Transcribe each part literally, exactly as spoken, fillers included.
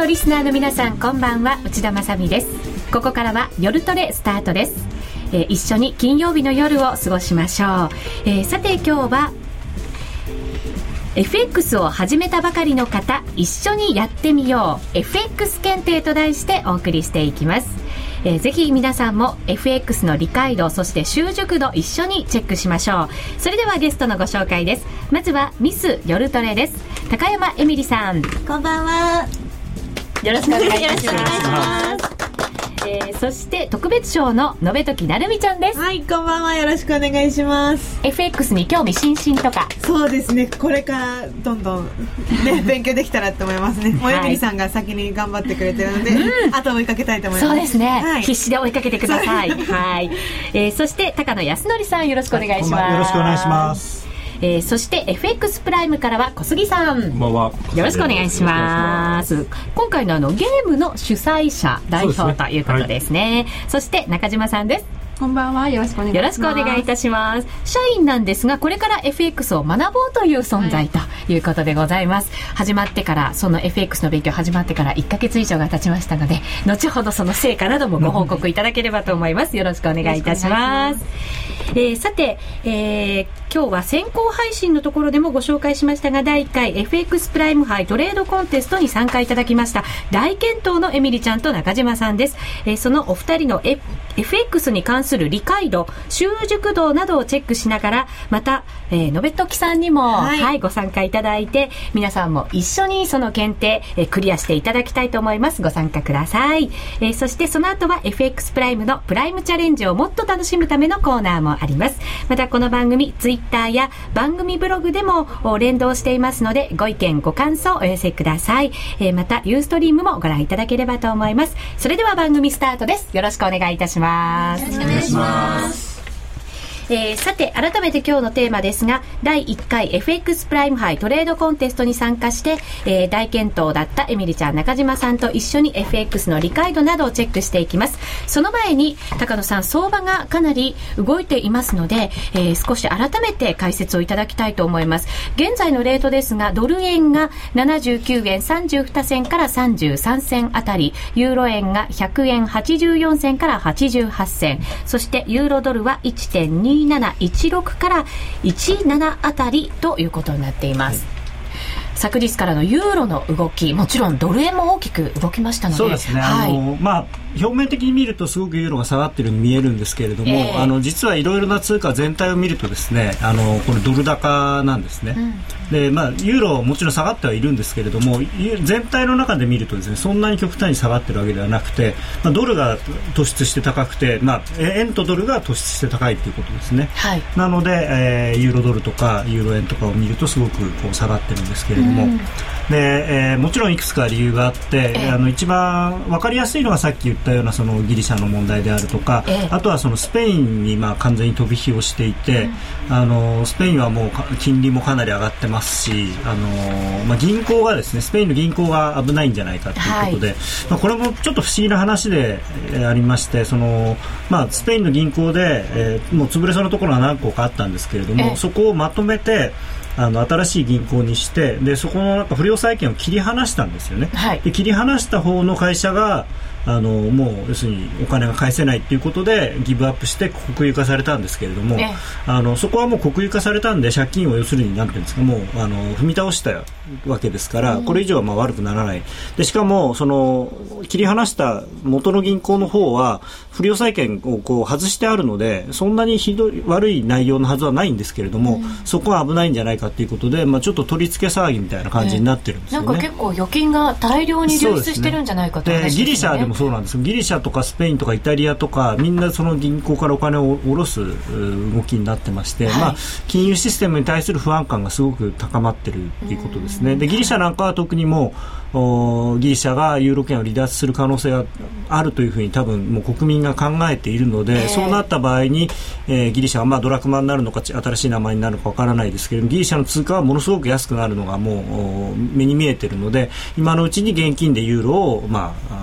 リスナーの皆さん、こんばんは。内田まさみです。ここからは夜トレスタートです。えー、一緒に金曜日の夜を過ごしましょう。えー、さて今日は エフエックス を始めたばかりの方、一緒にやってみよう エフエックス 検定と題してお送りしていきます。えー、ぜひ皆さんも エフエックス の理解度、そして習熟度一緒にチェックしましょう。それではゲストのご紹介です。まずはミス夜トレです。高山エミリさん、 こんばんは。 よろしくお願いいたします。 よろしくお願いします。 えー、そして特別賞ののべときなるみちゃんです。 はい、こんばんは。よろしくお願いします。 エフエックス に興味津々とか。 そうですね、これからどんどん、ね、勉強できたらと思いますね。もうエミリさんが先に頑張ってくれてるので、うん、あと追いかけたいと思います。 そうですね、 はい、 必死で追いかけてください。はい、えー、そして高野康則さん、よろしくお願いします。 よろしくお願いします。 えー、そして エフエックス プライムからは小杉さん、こんばんは。よろしくお願いします。今回のあのゲームの主催者代表ということですね。そして中島さんです。 こんばんは。よろしくお願いします。 よろしくお願いいたします。社員なんですが、これから エフエックス を学ぼうという存在ということでございます。はい、始まってから、その エフエックス の勉強始まってからいっかげつ以上が経ちましたので、後ほどその成果などもご報告いただければと思います。よろしくお願いいたします。えー、さて、えー、今日は先行配信のところでもご紹介しましたが、だいいっかい エフエックス プライム杯トレードコンテストに参加いただきました大健闘のエミリちゃんと中島さんです。えー、そのお二人の エフエックス に関する理解度、習熟度などをチェックしながら、また、えー、のべときさんにも、はいはい、ご参加いただいて、皆さんも一緒にその検定、えー、クリアしていただきたいと思います。ご参加ください。えー、そしてその後は エフエックス プライムのプライムチャレンジをもっと楽しむためのコーナーもあります。またこの番組ツイッターや番組ブログでも連動していますので、ご意見ご感想お寄せください。えー、またユーストリームもご覧いただければと思います。それでは番組スタートです。よろしくお願いいたします。 よろしくお願いします。 えー、さて改めて今日のテーマですが、だいいっかい エフエックス プライム杯トレードコンテストに参加して、えー、大健闘だったエミリちゃん、中島さんと一緒に エフエックス の理解度などをチェックしていきます。その前に高野さん、相場がかなり動いていますので、えー、少し改めて解説をいただきたいと思います。現在のレートですが、ドル円がななじゅうきゅうえんさんじゅうに銭からさんじゅうさん銭あたり、ユーロ円がひゃくえんはちじゅうよん銭からはちじゅうはち銭、そしてユーロドルは いってんにーなないちろく からいちじゅうななあたりということになっています。はい、昨日からのユーロの動き、もちろんドル円も大きく動きましたので、 そうですね、はい、あのまあ、表面的に見るとすごくユーロが下がっているように見えるんですけれども、えー、あの実はいろいろな通貨全体を見るとですね、あのこれドル高なんですね。うん、でまあ、ユーロもちろん下がってはいるんですけれども、全体の中で見るとですね、そんなに極端に下がっているわけではなくて、まあ、ドルが突出して高くて、まあ、円とドルが突出して高いということですね。はい、なので、えー、ユーロドルとかユーロ円とかを見るとすごくこう下がってるんですけれども、うん、でえー、もちろんいくつか理由があって、えー、あの一番分かりやすいのがさっき言ったようなそのギリシャの問題であるとか、えー、あとはそのスペインにまあ完全に飛び火をしていて、うん、あのスペインはもう金利もかなり上がってますし、あの、まあ、銀行がですね、スペインの銀行が危ないんじゃないかということで、はい、まあ、これもちょっと不思議な話で、えー、ありまして、その、まあ、スペインの銀行で、えー、もう潰れそうなところが何個かあったんですけれども、えー、そこをまとめてあの新しい銀行にして、でそこのなんか不良債権を切り離したんですよね。はい、で切り離した方の会社があのもう要するにお金が返せないということでギブアップして国有化されたんですけれども、ね、あのそこはもう国有化されたんで、借金を要するになんていうんですか、もうあの踏み倒したわけですから、うん、これ以上はまあ悪くならない。でしかもその切り離した元の銀行の方は不良債権をこう外してあるので、そんなにひどい悪い内容のはずはないんですけれども、うん、そこは危ないんじゃないかということで、まあ、ちょっと取り付け騒ぎみたいな感じになってるんですよね。 なんか結構預金が大量に流出してるんじゃないかという話ですよね。 でギリシャでもそうなんです。ギリシャとかスペインとかイタリアとかみんなその銀行からお金を下ろす動きになってまして、はい、まあ、金融システムに対する不安感がすごく高まってるということですね。でギリシャなんかは特にもうギリシャがユーロ圏を離脱する可能性があるというふうに多分もう国民が考えているので、そうなった場合に、えー、ギリシャはまあドラクマになるのか新しい名前になるのかわからないですけれども、ギリシャの通貨はものすごく安くなるのがもう目に見えているので、今のうちに現金でユーロをまあ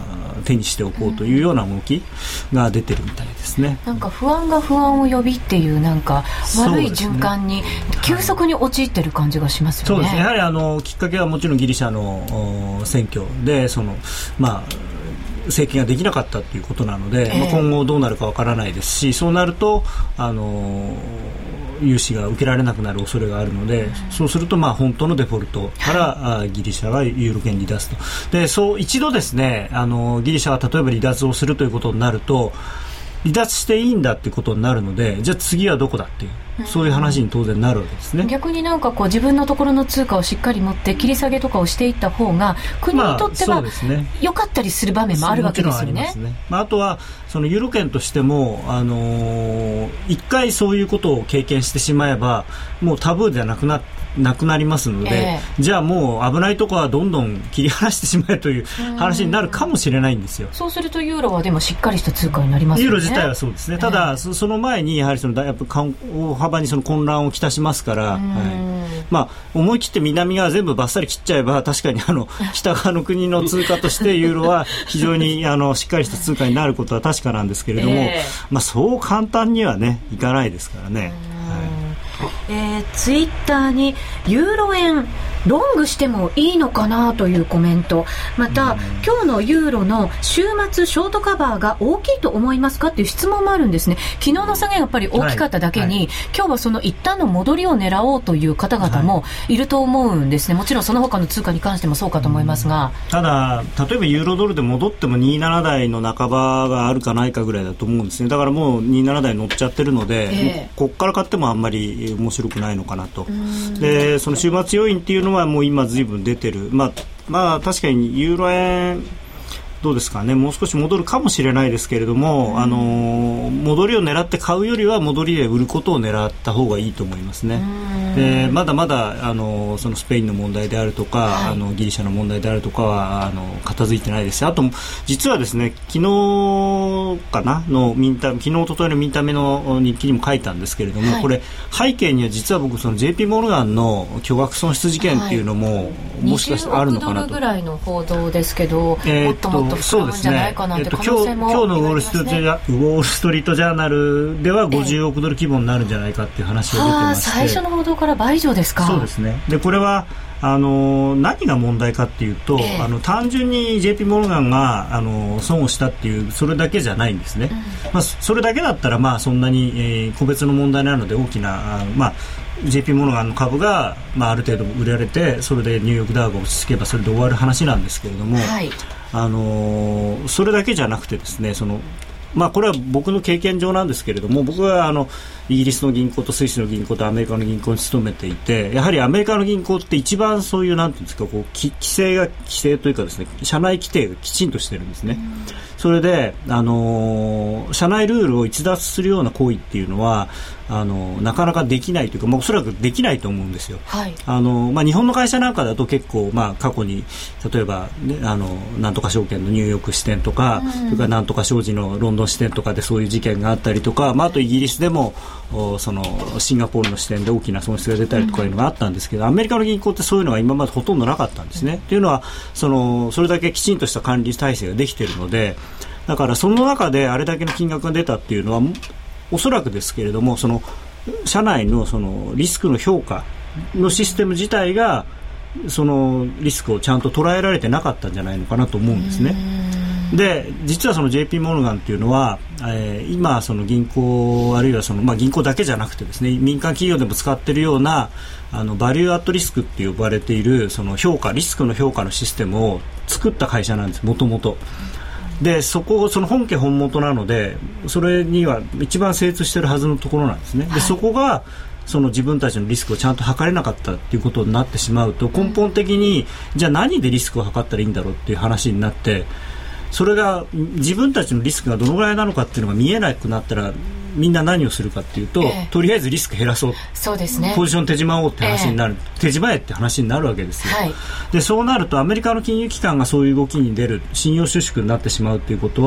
手にしておこうというような動きが出てるみたいですね。 なんか不安が不安を呼びっていうなんか悪い循環に急速に陥ってる感じがしますよね。 そうですね。やはりあのきっかけはもちろんギリシャの選挙でそのまあ政権ができなかったということなので、えーまあ、今後どうなるかわからないですし、そうなるとあの融資が受けられなくなる恐れがあるので、うん、そうするとまあ本当のデフォルトから、はい、ギリシャがユーロ圏に離脱と。でそう一度ですねあのギリシャが例えば離脱をするということになると離脱していいんだってことになるので、じゃあ次はどこだっていう、うん、そういう話に当然なるわけですね。 逆になんかこう自分のところの通貨をしっかり持って切り下げとかをしていった方が国にとっては良かったりする場面もあるわけですよね。 まあ、ありますね。まあ、あとはそのユーロ圏としても、あのー、一回そういうことを経験してしまえばもうタブーではなくななくなりますので、えー、じゃあもう危ないところはどんどん切り離してしまえという話になるかもしれないんですよ。 そうするとユーロはでもしっかりした通貨になりますよね。 ユーロ自体はそうですね。ただ、えー、その前にやはりそのやっぱ大幅にその混乱をきたしますから、はい、まあ、思い切って南側全部バッサリ切っちゃえば確かにあの北側の国の通貨としてユーロは非常にあのしっかりした通貨になることは確かなんですけれども、えーまあ、そう簡単にはねいかないですからね。 えー、ツイッターにユーロ円ロングしてもいいのかなというコメント、また今日のユーロの週末ショートカバーが大きいと思いますかっていう質問もあるんですね。昨日の下げがやっぱり大きかっただけに、はいはい、今日はその一旦の戻りを狙おうという方々もいると思うんですね。もちろんその他の通貨に関してもそうかと思いますが、 ただ例えばユーロドルで戻ってもにじゅうなな台の半ばがあるかないかぐらいだと思うんですね。だからもうにじゅうなな台乗っちゃってるので、えー、こっから買ってもあんまり面白くないのかなと。でその週末要因っていうのはもう今ずいぶん出てる。まあ、まあ確かにユーロ円どうですかね、もう少し戻るかもしれないですけれども、うん、あの戻りを狙って買うよりは戻りで売ることを狙った方がいいと思いますね。でまだまだあのそのスペインの問題であるとか、はい、あのギリシャの問題であるとかはあの片付いてないですし、あと実はですね昨日かなのミンタ昨日一昨日のミンタメの日記にも書いたんですけれども、はい、これ背景には実は僕その ジェイピー モルガンの巨額損失事件っていうのも、はい、もしかしたらあるのかなと。にじゅうおくドルぐらいの報道ですけど、えー、もっともっと膨らむんじゃないかなって可能性も、今日のウォールストリートジャーナルではごじゅうおくドル規模になるんじゃないかっていう話が出てまして、 最初の報道から倍以上ですか。 そうですね。でこれはあの何が問題かっていうと、えー、あの単純に ジェイピー モルガンがあの損をしたっていうそれだけじゃないんですね、うんまあ、それだけだったらまあそんなに、えー、個別の問題なので大きなあ、まあ、ジェイピー モルガンの株が、まあ、ある程度売られてそれでニューヨークダウが落ち着けばそれで終わる話なんですけれども、はい、あのそれだけじゃなくてですね、そのまあ、これは僕の経験上なんですけれども、僕はあのイギリスの銀行とスイスの銀行とアメリカの銀行に勤めていて、やはりアメリカの銀行って一番そういうなんていうんですか、こう規制が規制というかですね、社内規定がきちんとしてるんですね。それで、あのー、社内ルールを逸脱するような行為っていうのはあのなかなかできないというか、まあ、おそらくできないと思うんですよ、はい。あのまあ、日本の会社なんかだと結構、まあ、過去に例えば、ね、あのなんとか証券のニューヨーク支店とか、うん、それからなんとか商事のロンドン支店とかでそういう事件があったりとか、まあ、あとイギリスでもそのシンガポールの支店で大きな損失が出たりとかいうのがあったんですけど、うん、アメリカの銀行ってそういうのが今までほとんどなかったんですね、うん、というのはそのそれだけきちんとした管理体制ができているので、だからその中であれだけの金額が出たっていうのはおそらくですけれども、その社内のそのリスクの評価のシステム自体がそのリスクをちゃんと捉えられてなかったんじゃないのかなと思うんですね。で実はその ジェイピー モルガンっていうのは、えー、今その銀行あるいはその、まあ、銀行だけじゃなくてですね、民間企業でも使っているようなあのバリューアットリスクって呼ばれているその評価リスクの評価のシステムを作った会社なんです、もともと。でそこその本家本元なのでそれには一番精通しているはずのところなんですね。でそこがその自分たちのリスクをちゃんと測れなかったっていうことになってしまうと、根本的にじゃあ何でリスクを測ったらいいんだろうっていう話になって、それが自分たちのリスクがどのぐらいなのかっていうのが見えなくなったらみんな何をするかっていうと、えー、とりあえずリスク減らそう、 そうですね、 ポジション手締まおうって話になる、えー、手締まえって話になるわけですよ、はい。でそうなるとアメリカの金融機関がそういう動きに出る、信用収縮になってしまうということは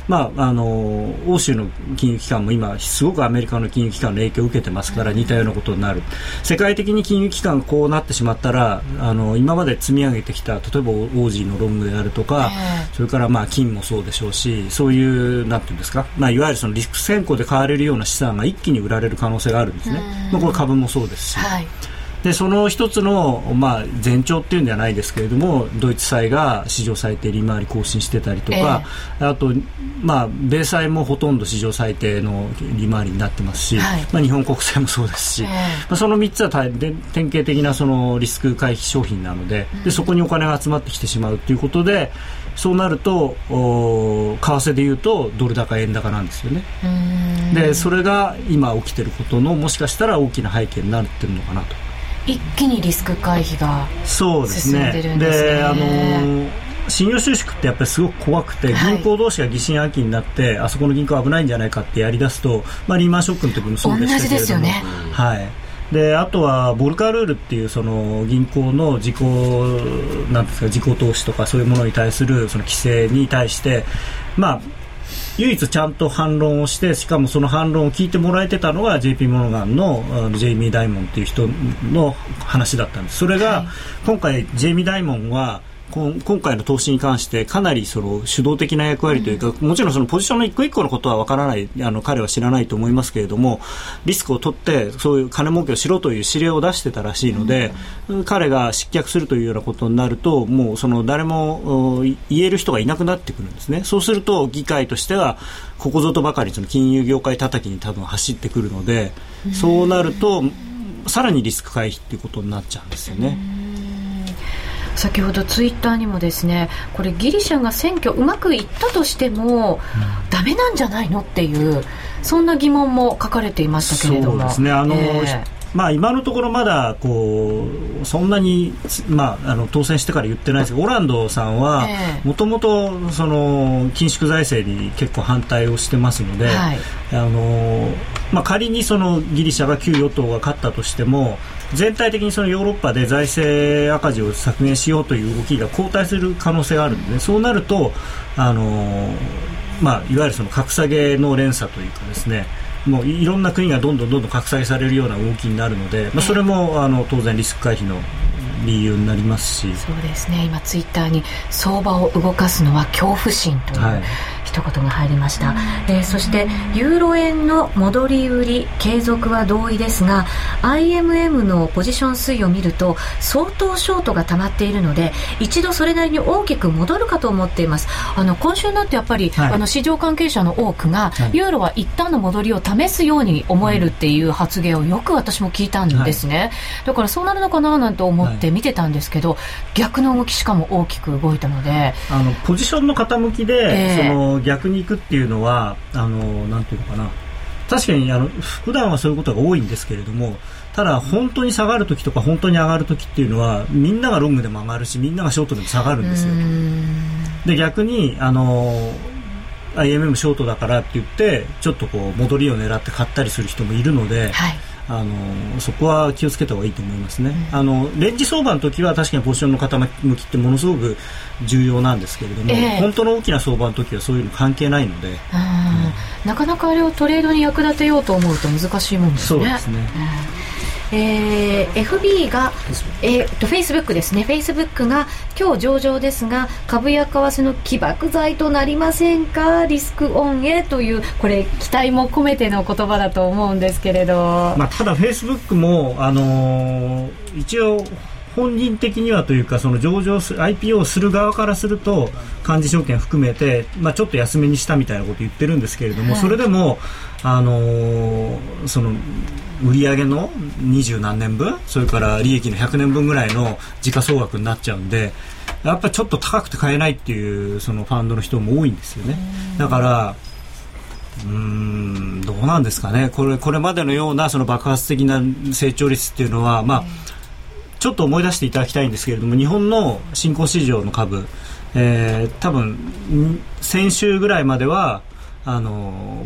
まあ、あの欧州の金融機関も今すごくアメリカの金融機関の影響を受けてますから似たようなことになる。世界的に金融機関こうなってしまったらあの今まで積み上げてきた例えばオージーのロングであるとか、それからまあ金もそうでしょうし、そういうなんていうんですか、まあ、いわゆるそのリスク先行で買われるような資産が一気に売られる可能性があるんですね。まあ、これ株もそうですし、はい、でその一つの、まあ、前兆っていうんではないですけれども、ドイツ債が史上最低利回り更新してたりとか、えー、あと、まあ、米債もほとんど史上最低の利回りになってますし、はい、まあ、日本国債もそうですし、えーまあ、そのみっつは典型的なそのリスク回避商品なの で, でそこにお金が集まってきてしまうということで、そうなると為替でいうとドル高円高なんですよね。でそれが今起きていることのもしかしたら大きな背景になっているのかなと。 一気にリスク回避が進んでるんですね。 そうですね。で、あの信用収縮ってやっぱりすごく怖くて、はい、銀行同士が疑心暗鬼になってあそこの銀行危ないんじゃないかってやり出すと、まあ、リーマンショックの時もそうでしたけれども、同じですよね。はい。であとはボルカールールっていうその銀行の自己なんですか自己投資とかそういうものに対するその規制に対して、まあ唯一ちゃんと反論をして、しかもその反論を聞いてもらえてたのが ジェイピー モルガン の, あのジェイミー・ダイモンっていう人の話だったんです。それが、はい、今回ジェイミー・ダイモンは今回の投資に関してかなりその主導的な役割というか、うん、もちろんそのポジションの一個一個のことは分からない、あの彼は知らないと思いますけれども、リスクを取ってそういう金儲けをしろという指令を出してたらしいので、うん、彼が失脚するというようなことになると、もうその誰も言える人がいなくなってくるんですね。そうすると議会としてはここぞとばかりその金融業界叩きに多分走ってくるので、うん、そうなるとさらにリスク回避ということになっちゃうんですよね。うん、 先ほどツイッターにもですね、これギリシャが選挙うまくいったとしても、うん、ダメなんじゃないのっていうそんな疑問も書かれていましたけれども。 そうですね、あの、えーまあ、今のところまだこうそんなに、まあ、あの当選してから言ってないですけど、オランドさんはもともと緊縮財政に結構反対をしてますので、はい、あのまあ、仮にそのギリシャが旧与党が勝ったとしても全体的にそのヨーロッパで財政赤字を削減しようという動きが後退する可能性があるので、ね、そうなるとあの、まあ、いわゆるその格下げの連鎖というかですね、もういろんな国がどんどんどんどん格下げされるような動きになるので、まあ、それもあの当然リスク回避の理由になりますし。 そうですね、今ツイッターに相場を動かすのは恐怖心という、はい、一言が入りました。えー、そしてユーロ円の戻り売り継続は同意ですが アイエムエム のポジション推移を見ると相当ショートが溜まっているので一度それなりに大きく戻るかと思っています。あの今週になってやっぱり、はい、あの市場関係者の多くが、はい、ユーロは一旦の戻りを試すように思えるっていう発言をよく私も聞いたんですね。はい、だからそうなるのかななんて思って見てたんですけど、はい、逆の動きしかも大きく動いたので、 あのポジションの傾きで、えー、その逆に行くっていうのはあのなんていうのかな、確かにあの普段はそういうことが多いんですけれども、ただ本当に下がるときとか本当に上がるときっていうのはみんながロングでも上がるしみんながショートでも下がるんですよ。で逆にあの アイエムエム ショートだからって言ってちょっとこう戻りを狙って買ったりする人もいるので、はい、あのそこは気をつけた方がいいと思いますね。うん、あのレンジ相場の時は確かにポジションの傾きってものすごく重要なんですけれども、えー、本当の大きな相場の時はそういうの関係ないので、うん、 なかなかあれをトレードに役立てようと思うと難しいもんですね。 そうですね。 うんえー、エフビー が、えー、と Facebook ですね Facebook が今日上場ですが株や為替の起爆剤となりませんか、リスクオンへという、これ期待も込めての言葉だと思うんですけれど、 まあ、ただ Facebook も、あのー、一応本人的にはというかその上場す アイピーオー する側からすると幹事証券含めて、まあ、ちょっと安めにしたみたいなこと言ってるんですけれども、はい、それでも、あのー、その売上のにじゅう何年分それから利益のひゃくねんぶんぐらいの時価総額になっちゃうんで、やっぱりちょっと高くて買えないっていうそのファンドの人も多いんですよね。だからうーんどうなんですかね、これ、これまでのようなその爆発的な成長率っていうのは、まあちょっと思い出していただきたいんですけれども、日本の新興市場の株、えー、多分先週ぐらいまではあの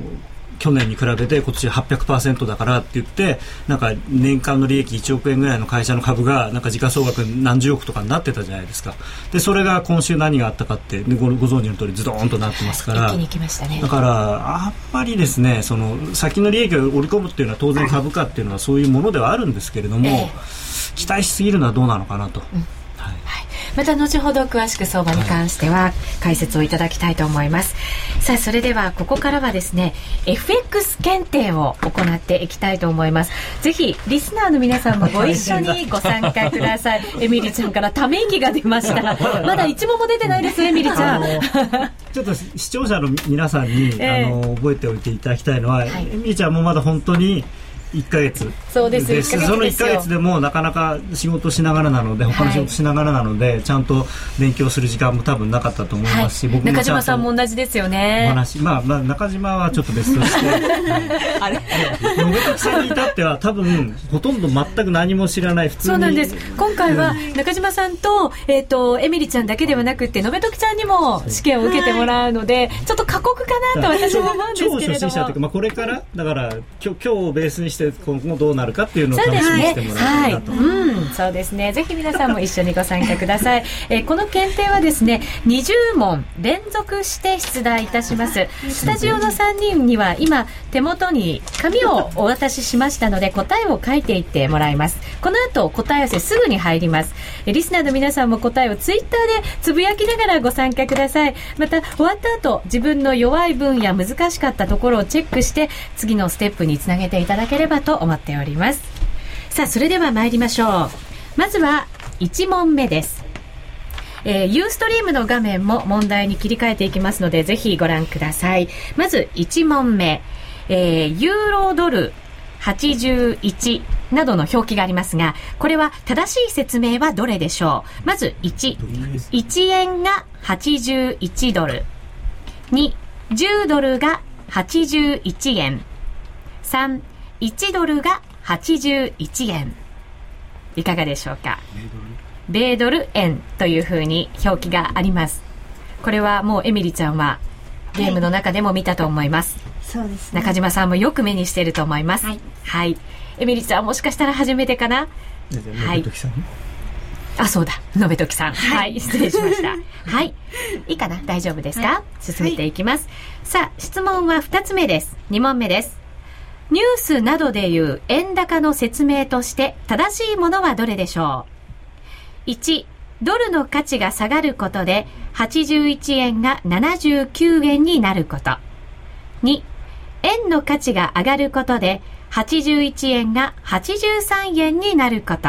去年に比べて今年 はっぴゃくパーセント だからって言ってなんか年間の利益いちおくえんぐらいの会社の株がなんか時価総額何十億とかになってたじゃないですか。でそれが今週何があったかってご, ご存知の通りズドーンとなってますから、 一気に来ましたね。 だからあんまりですねその先の利益を織り込むっていうのは当然株価っていうのはそういうものではあるんですけれども、えー、期待しすぎるのはどうなのかなと、うんはいはい、また後ほど詳しく相場に関しては解説をいただきたいと思います。さあそれではここからはですね エフエックス 検定を行っていきたいと思います。ぜひリスナーの皆さんもご一緒にご参加ください。エミリちゃんからため息が出ました。まだ一問も出てないですエミリちゃん。 ちょっと視聴者の皆さんに、えー、あの覚えておいていただきたいのは、はい、エミリちゃんもまだ本当にいっかげつそうです。 でそのいっかげつでもなかなか仕事しながらなので他の仕事しながらなので、はい、ちゃんと勉強する時間も多分なかったと思いますし、はい、僕も中島さんも同じですよね。 お話、まあ、まあ中島はちょっと別としてあれ野口さんに至っては多分ほとんど全く何も知らない普通に。 そうなんです。今回は中島さんと、えー、とエミリちゃんだけではなくて野辺時ちゃんにも試験を受けてもらうので、はい、ちょっと過酷かなと私も思うんですけれども超初心者というか、まあ、これからだから今日、今日をベースにして今後どうなるかっていうのを楽しみにしてもらえたらなと、 はいうん、そうですね。ぜひ皆さんも一緒にご参加ください。えー、この検定はですねにじゅうもん連続して出題いたします。スタジオのさんにんには今手元に紙をお渡ししましたので答えを書いていってもらいます。この後答え合わせすぐに入ります。リスナーの皆さんも答えをツイッターでつぶやきながらご参加ください。また終わった後自分の弱い分や難しかったところをチェックして次のステップにつなげていただければと思っております。さあそれでは参りましょう。まずはいち問目です。えー、ユーストリームの画面も問題に切り替えていきますのでぜひご覧ください。まずいち問目、えー、ユーロドルはちじゅういちなどの表記がありますがこれは正しい説明はどれでしょう。まずいち、いちえんがはちじゅういちドル、に、じゅうドルがはちじゅういちえん、さん、いちドルがはちじゅういちえん。いかがでしょうか。米ドル円というふうに表記があります。これはもうエミリちゃんはゲームの中でも見たと思います。はい、 そうですね。 中島さんもよく目にしていると思います。はい、はい、エミリちゃんもしかしたら初めてかな。 はい、 あ、そうだ、野辺時さん、はい、はい、失礼しましたはい、いいかな、大丈夫ですか、はい、進めていきます、はい、さあ質問はふたつめです。に問目です。ニュースなどでいう円高の説明として正しいものはどれでしょう。いち、ドルの価値が下がることではちじゅういちえんがななじゅうきゅうえんになること。に、円の価値が上がることではちじゅういちえんがはちじゅうさんえんになること。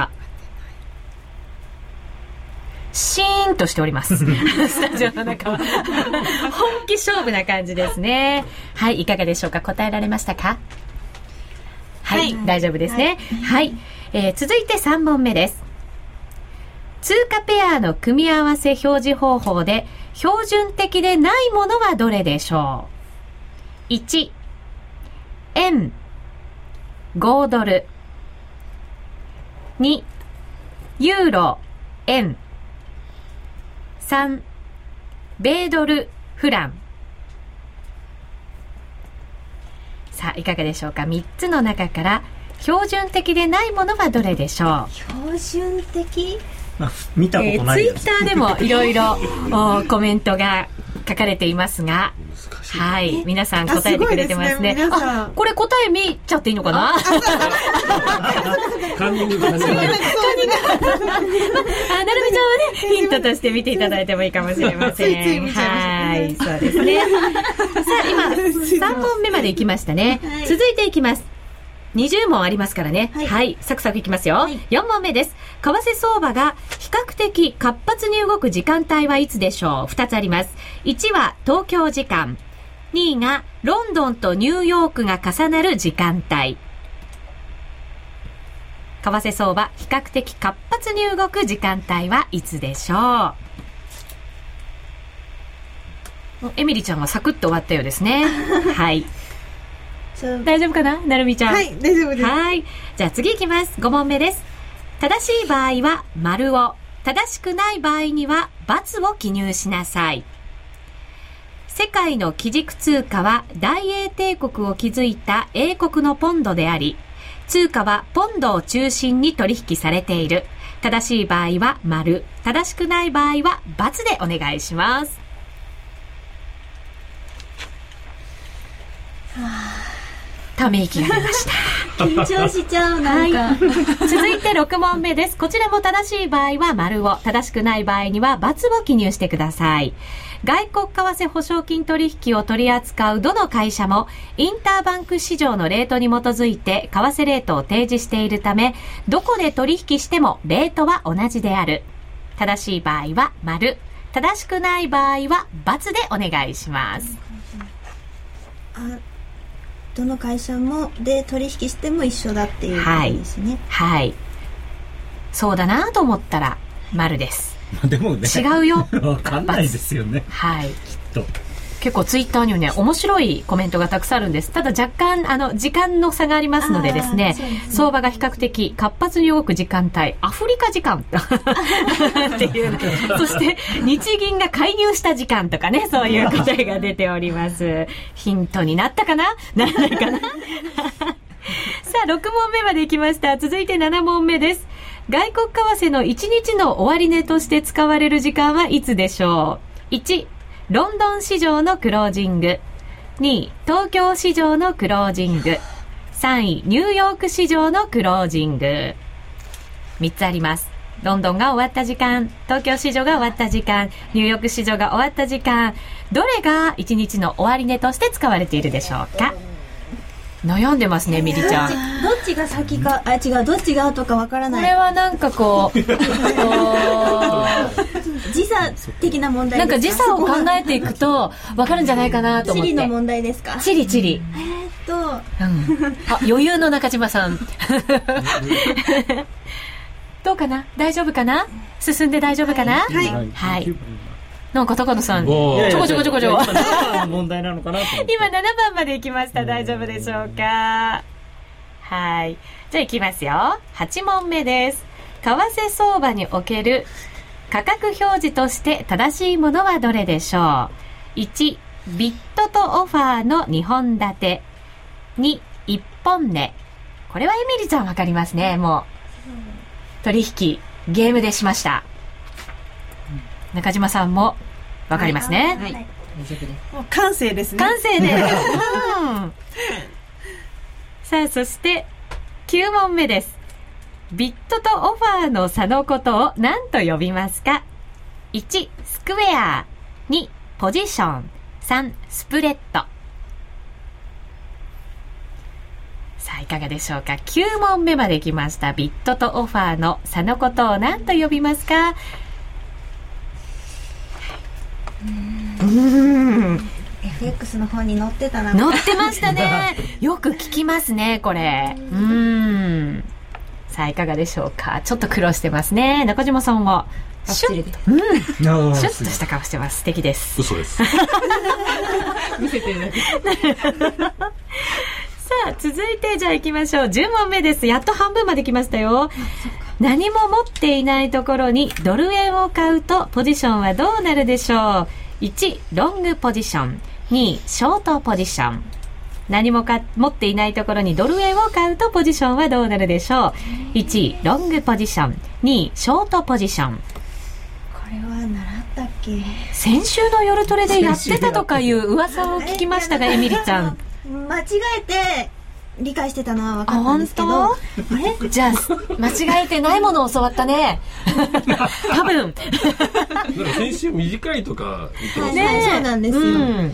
シーンとしておりますスタジオの中は本気勝負な感じですね。はい、いかがでしょうか。答えられましたか。はい、はい、大丈夫ですね。はい、はい、えー、続いてさん問目です。通貨ペアの組み合わせ表示方法で標準的でないものはどれでしょう。いち、円、ごドル、に、ユーロ、円、さん、米ドル、フラン。さあいかがでしょうか。みっつの中から標準的でないものはどれでしょう。 標準的、 見たことないやつ、 えー、ツイッターでもいろいろコメントが書かれていますが、はい、皆さん答えてくれてますね。あ、あ、これ答え見ちゃっていいのかな。 カンニングが始まる。 なるみちゃんはねヒントとして見ていただいてもいいかもしれません。はい、そうですね。さあ今さん問目までいきましたね、はい、続いていきます。にじゅう問ありますからね、はい、はい、サクサクいきますよ、はい、よん問目です。為替相場が比較的活発に動く時間帯はいつでしょう。ふたつあります。いちは東京時間、にいがロンドンとニューヨークが重なる時間帯。為替相場比較的活発に動く時間帯はいつでしょう。エミリちゃんはサクッと終わったようですねはい、大丈夫かな、なるみちゃん。 はい、大丈夫です。 はい、じゃあ次いきます。ご問目です。正しい場合は丸を、正しくない場合には×を記入しなさい。 世界の基軸通貨は大英帝国を築いた英国のポンドであり、通貨はポンドを中心に取引されている。正しい場合は丸、正しくない場合は×でお願いします。ため息が出ました。 緊張しちゃう、なんか、はい、 続いてろく問目です。こちらも正しい場合は丸を、正しくない場合には×を記入してください。外国為替保証金取引を取り扱うどの会社もインターバンク市場のレートに基づいて為替レートを提示しているため、どこで取引してもレートは同じである。正しい場合は丸、正しくない場合は×でお願いします。 あ、どの会社もで取引しても一緒だっていうことですね。 はい、はい、そうだなと思ったら丸です。 でもね、 違うよ。 わかんないですよね。 はい。きっと。 結構ツイッターにはね、面白いコメントがたくさんあるんです。ただ若干、あの、時間の差がありますのでですね、 ですね、 相場が比較的活発に動く時間帯、アフリカ時間っていう、そして日銀が介入した時間とかね、そういう答えが出ております。ヒントになったかな？ならないかな？さあ、ろく問目までいきました。続いてなな問目です。外国為替のいちにちの終値として使われる時間はいつでしょう？いち、ロンドン市場のクロージング。に、東京市場のクロージング。さんい、ニューヨーク市場のクロージング。みっつあります。ロンドンが終わった時間、東京市場が終わった時間、ニューヨーク市場が終わった時間、どれがいちにちの終値として使われているでしょうか？悩んでますね、ミリちゃん。 どっちが先か、あ、違う、どっちが後かわからない。 これはなんかこう、こう時差的な問題ですか？ なんか時差を考えていくと分かるんじゃないかなと思って。 地理の問題ですか？ 地理地理。 えーっと、うん、 あ、余裕の中島さん。どうかな？大丈夫かな？進んで大丈夫かな？ はい。 はい。なんか高野さん、ちょこちょこちょこちょこ。 今ななばんの問題なのかなと思って。 今ななばんまで行きました。大丈夫でしょうか？はい。じゃあ行きますよ。はち問目です。為替相場における価格表示として正しいものはどれでしょう？いち、ビットとオファーのにほん立て。に、いっぽん値。これはエミリちゃんわかりますね。もう取引ゲームでしました。中島さんもわかりますね。 はい、はい、 大丈夫です。もう完成ですね。 完成です。うん、さあ、そしてきゅう問目です。ビットとオファーの差のことを何と呼びますか？いち、スクエア。に、ポジション。さん、スプレッド。さあ、いかがでしょうか？きゅう問目まで来ました。ビットとオファーの差のことを何と呼びますか？ うーん エフエックス の方に載ってたな。 載ってましたね。よく聞きますね、これ。うーん。さあ、いかがでしょうか？ちょっと苦労してますね。中島さんはシュッと、うん、シュッとした顔してます。素敵です。 嘘です。 見せてるだけ。 さあ、続いてじゃあ行きましょう。じゅう問目です。やっと半分まで来ましたよ。何も持っていないところにドル円を買うとポジションはどうなるでしょう？いち、ロングポジション。に、ショートポジション。何もか持っていないところにドル円を買うとポジションはどうなるでしょう？いち、ロングポジション。に、ショートポジション。 これは習ったっけ？ 先週の夜トレでやってたとかいう噂を聞きましたが、エミリちゃん。 間違えて理解してたのは分かったんですけど、あれ？じゃあ間違えてないものを教わったね。多分。 なんか先週短いとか言ってますね。はい、そうなんですよ。うん、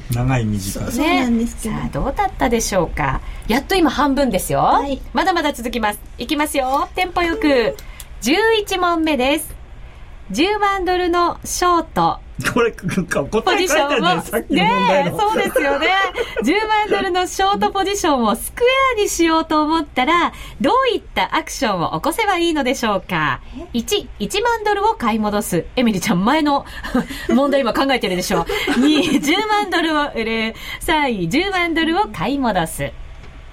長い短い。 そう、そうなんですけど。 さあ、どうだったでしょうか。やっと今半分ですよ。はい、まだまだ続きます。いきますよ。テンポよく。じゅういち問目です。じゅうまんドルのショート。 これ、答え書いてあるね、さっきの問題の。 ね、そうですよね。じゅうまんドルのショートポジションをスクエアにしようと思ったら、どういったアクションを起こせばいいのでしょうか？いち、いちまんドルを買い戻す。エミリちゃん、前の問題今考えてるでしょう。に、じゅうまんドルを売る。さんい、じゅうまんドルを買い戻す。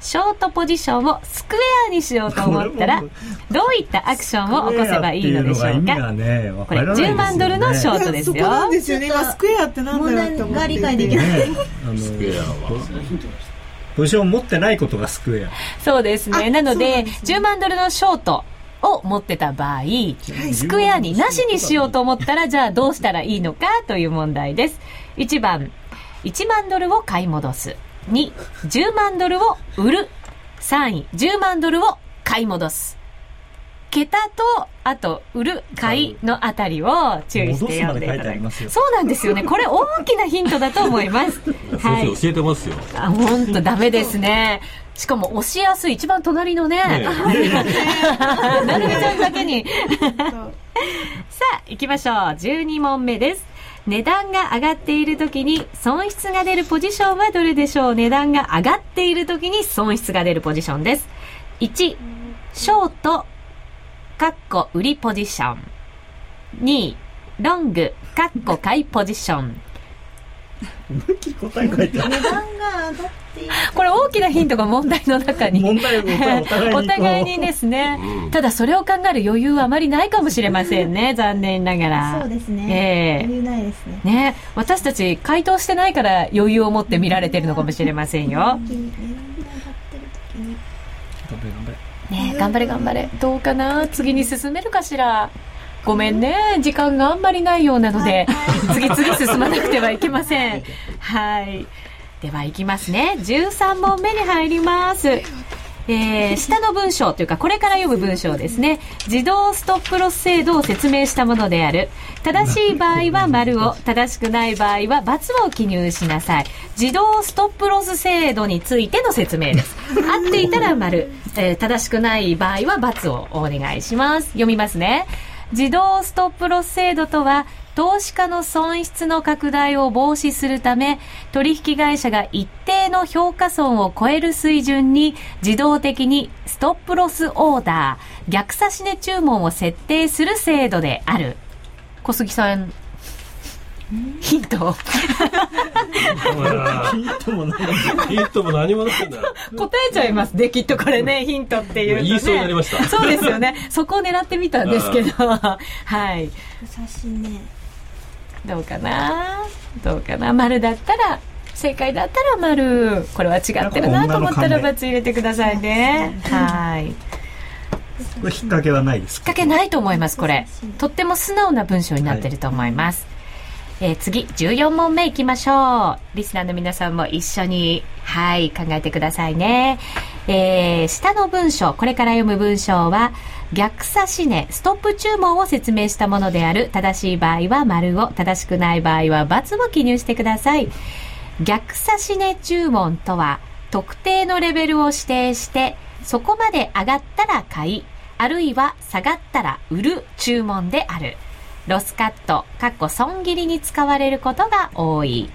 ショートポジションをスクエアにしようと思ったらどういったアクションを起こせばいいのでしょうか。 ね、 これじゅうまんドルのショートですよ。 そこなんですよね。今スクエアってなんだろうって思ってが理解できない、 ね、あのスクエアはポジションを持ってないことがスクエア。 そうですね。なのでじゅうまんドルのショートを持ってた場合、スクエアになしにしようと思ったらじゃあどうしたらいいのかという問題です。いちばん、いちまんドルを買い戻す。に、じゅうまんドルを売る。さんい、じゅうまんドルを買い戻す。桁とあと売る買いのあたりを注意して読んでいただく。そうなんですよね。これ大きなヒントだと思います。 はい、先生教えてますよ。 あ、本当ダメですね。しかも押しやすい一番隣のね、ねなるみちゃんだけにさあ行きましょう。じゅうにもんめです。値段が上がっている時に損失が出るポジションはどれでしょう。値段が上がっている時に損失が出るポジションです。いち、ショートかっこ売りポジション。に、ロングかっこ買いポジション。 答え書いてある。 値段が上がっている。 これ大きなヒントが問題の中に問題をお互いにお互いにですね、うん、ただそれを考える余裕はあまりないかもしれませんね。残念ながら。 そうですね、えー、余裕ないですね。 ね、私たち回答してないから余裕を持って見られてるのかもしれませんよ。ね、頑張れ頑張れ。どうかな、次に進めるかしら。ごめんね、時間があんまりないようなので、次々進まなくてはいけません。はい、ではいきますね。じゅうさんもんめに入ります。えー、下の文章というかこれから読む文章ですね。自動ストップロス制度を説明したものである。正しい場合は丸を、正しくない場合は×を記入しなさい。自動ストップロス制度についての説明です。合っていたら丸、えー、正しくない場合は×をお願いします。読みますね。自動ストップロス制度とは、投資家の損失の拡大を防止するため、取引会社が一定の評価損を超える水準に自動的にストップロスオーダー、逆差し値注文を設定する制度である。小杉さん、ヒントヒントも何ヒントも何もないんだ。 答えちゃいますね、きっとこれね、ヒントっていうとね。 言いそうになりました。 そうですよね。そこを狙ってみたんですけどはい。 優しいね。 どうかなどうかな。丸だったら、正解だったら丸。これは違ってるなと思ったら×入れてくださいね。はい。 これ引っ掛けはないですか？ 引っ掛けないと思います。これとっても素直な文章になってると思います。はい、えー、次じゅうよんもんめいきましょう。リスナーの皆さんも一緒にはい考えてくださいね。えー、下の文章、これから読む文章は逆差し値ストップ注文を説明したものである。正しい場合は丸を、正しくない場合は×を記入してください。逆差し値注文とは、特定のレベルを指定してそこまで上がったら買い、あるいは下がったら売る注文である。ロスカットかっこ損切りに使われることが多い。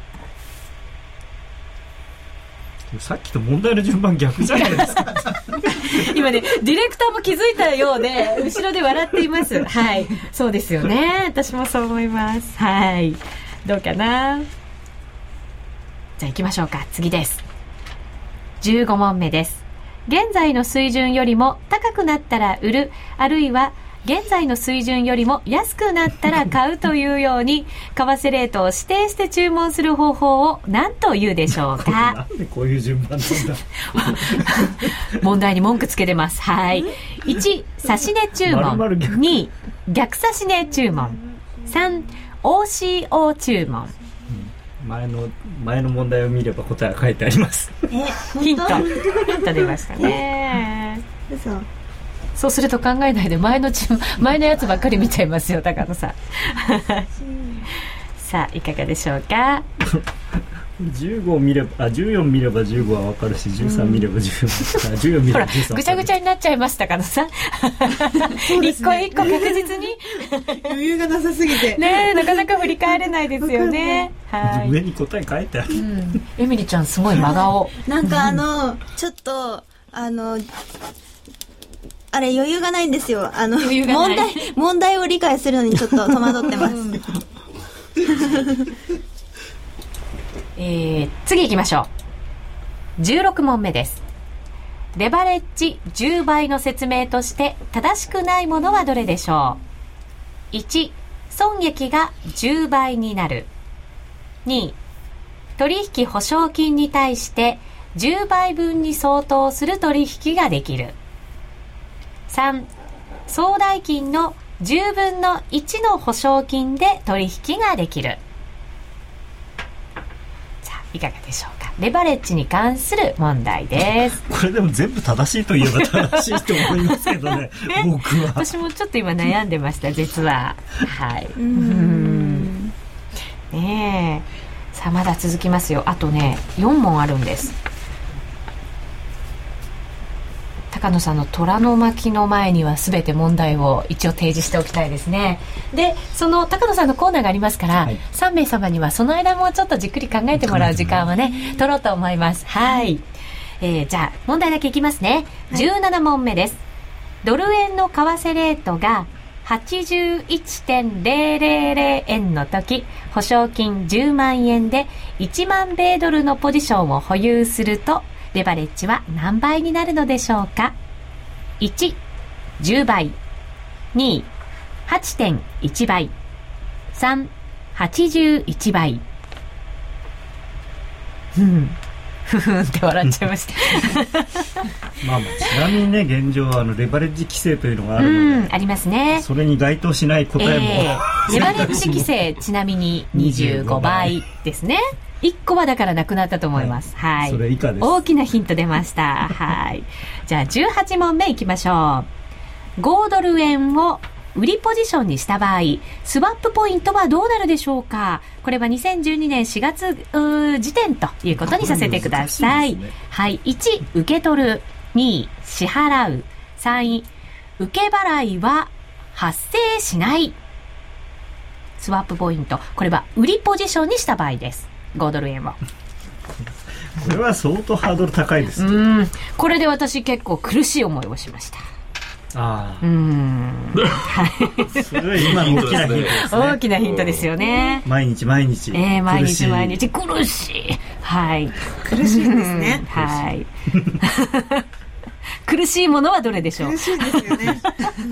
さっきと問題の順番逆じゃないですか今ね、ディレクターも気づいたようで後ろで笑っています。はい、そうですよね。私もそう思います。はい、どうかな。じゃあ行きましょうか。次です。じゅうごもんめです。現在の水準よりも高くなったら売る、あるいは現在の水準よりも安くなったら買うというように為替レートを指定して注文する方法を何というでしょうか。 なんでこういう順番なんだ問題に文句つけてます。はい。いち、差し値注文。 丸々逆。 に、逆差し値注文。さん、オーシーオー 注文。 前の前の問題を見れば答えが書いてあります。 え、 ヒントヒント出ましたね。 嘘。 そうすると考えないで前のチーム前のやつばっかり見ちゃいますよ、高野さんさあいかがでしょうか。 じゅうご見ればあじゅうよん見ればじゅうごは分かるし、じゅうさん見ればじゅうよん、うん、じゅうよん見ればじゅうさんぐちゃぐちゃになっちゃいました高野さん一個一個確実に余裕がなさすぎてね、なかなか振り返れないですよね。はい、 上に答え書いてある、うん、 エミリちゃんすごい真顔なんかあのちょっとあのあれ余裕がないんですよ。あの問題問題を理解するのにちょっと戸惑ってますえー、次行きましょう。じゅうろくもんめです。 レバレッジじゅうばいの説明として正しくないものはどれでしょう。いち、損益がじゅうばいになる。に、取引保証金に対してじゅうばいぶんに相当する取引ができる。さん、総代金のじゅうぶんのいちの保証金で取引ができる。さあいかがでしょうか。レバレッジに関する問題です。 これでも全部正しいといえば正しいと思いますけどね僕は。 私もちょっと今悩んでました実は。はい。うーんねえ。さあまだ続きますよ。あとねよんもんあるんです。高野さんの虎の巻の前には全て問題を一応提示しておきたいですね。でその高野さんのコーナーがありますから、はい、さんめいさまにはその間もちょっとじっくり考えてもらう時間をね取ろうと思います。はい、えー、じゃあ問題だけいきますね。じゅうななもんめです。ドル円の為替レートが はちじゅういってんぜろぜろぜろ 円の時、保証金じゅうまんえんでいちまん米ドルのポジションを保有するとレバレッジは何倍になるのでしょうか。いち、じゅうばい。に、はちてんいちばい。さん、はちじゅういちばい。ふんふふんって笑っちゃいましたまあまあちなみにね現状はあのレバレッジ規制というのがあるので、うん、 ありますね。 それに該当しない答えも、 えー、レバレッジ規制ちなみににじゅうごばいですね。いっこはだからなくなったと思います。はい。はい、 それ以下です。 大きなヒント出ました。はい。じゃあじゅうはちもんめいきましょう。ごドル円を売りポジションにした場合、スワップポイントはどうなるでしょうか。これはにせんじゅうにねんしがつ時点ということにさせてください。ね、はい。いち、受け取る。に、支払う。さん、受け払いは発生しない。スワップポイント。これは売りポジションにした場合です。ごドル円を。 これは相当ハードル高いです、ね、 うんこれで私結構苦しい思いをしました。 あうーんはいそれは今の大きなヒントですね。 大きなヒントですよね。 毎日毎日、 えー、毎日毎日苦しい。はい苦しいんですねはい苦しいものはどれでしょう。 苦しいですよね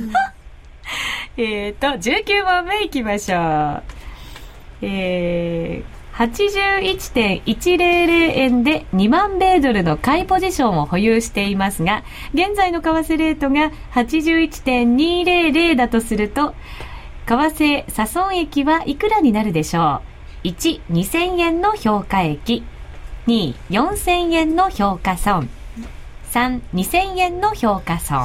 えーとじゅうきゅうもんめいきましょう。えーはちじゅういってんいちぜろぜろ 円でにまん米ドルの買いポジションを保有していますが、現在の為替レートが はちじゅういってんにぜろぜろ だとすると、為替差損益はいくらになるでしょう。いち、にせんえんの評価益。に、よんせんえんの評価損。さん、にせんえんの評価損。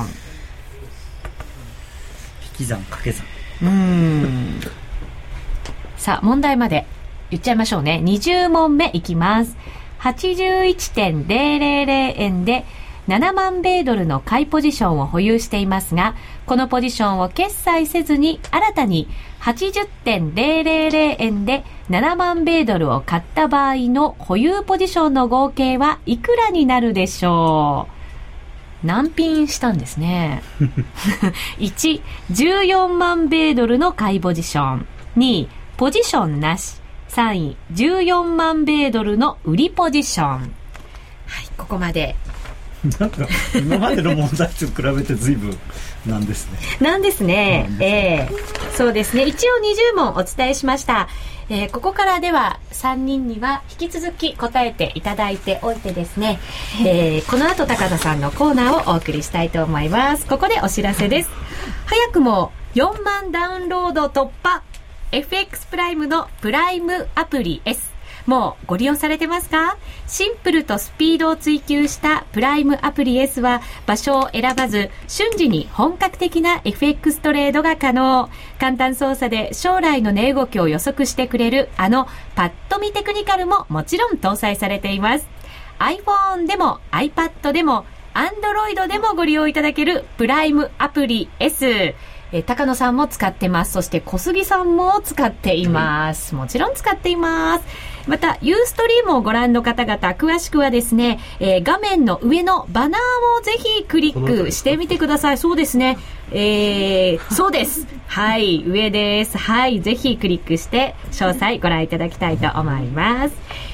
引き算掛け算。 うーんさあ問題まで言っちゃいましょうね。にじゅうもんめいきます。はちじゅういってんぜろぜろぜろ 円でななまん米ドルの買いポジションを保有していますが、このポジションを決済せずに新たに はちじゅってんぜろぜろぜろ 円でななまん米ドルを買った場合の保有ポジションの合計はいくらになるでしょう。難品したんですねいち、じゅうよんまん米ドルの買いポジション。に、ポジションなし。さんい、じゅうよんまん米ドルの売りポジション。はい、ここまで。 なんか今までの問題と比べて随分なんですね。 なんですね。えー、そうですね。一応にじゅうもんお伝えしました。えー、ここからではさんにんには引き続き答えていただいておいてですね、えー、この後高田さんのコーナーをお送りしたいと思います。ここでお知らせです。早くもよんまんダウンロード突破、エフエックス プライムのプライムアプリ S、 もうご利用されてますか？シンプルとスピードを追求したプライムアプリ S は場所を選ばず瞬時に本格的な エフエックス トレードが可能。簡単操作で将来の値動きを予測してくれるあのパッと見テクニカルももちろん搭載されています。 iPhone でも iPad でも Android でもご利用いただけるプライムアプリ S、え高野さんも使ってます。そして小杉さんも使っています。もちろん使っています。またユーストリームをご覧の方々、詳しくはですね、えー、画面の上のバナーをぜひクリックしてみてください。そうですね、えー、そうです。はい、上です。はい、ぜひクリックして詳細ご覧いただきたいと思います。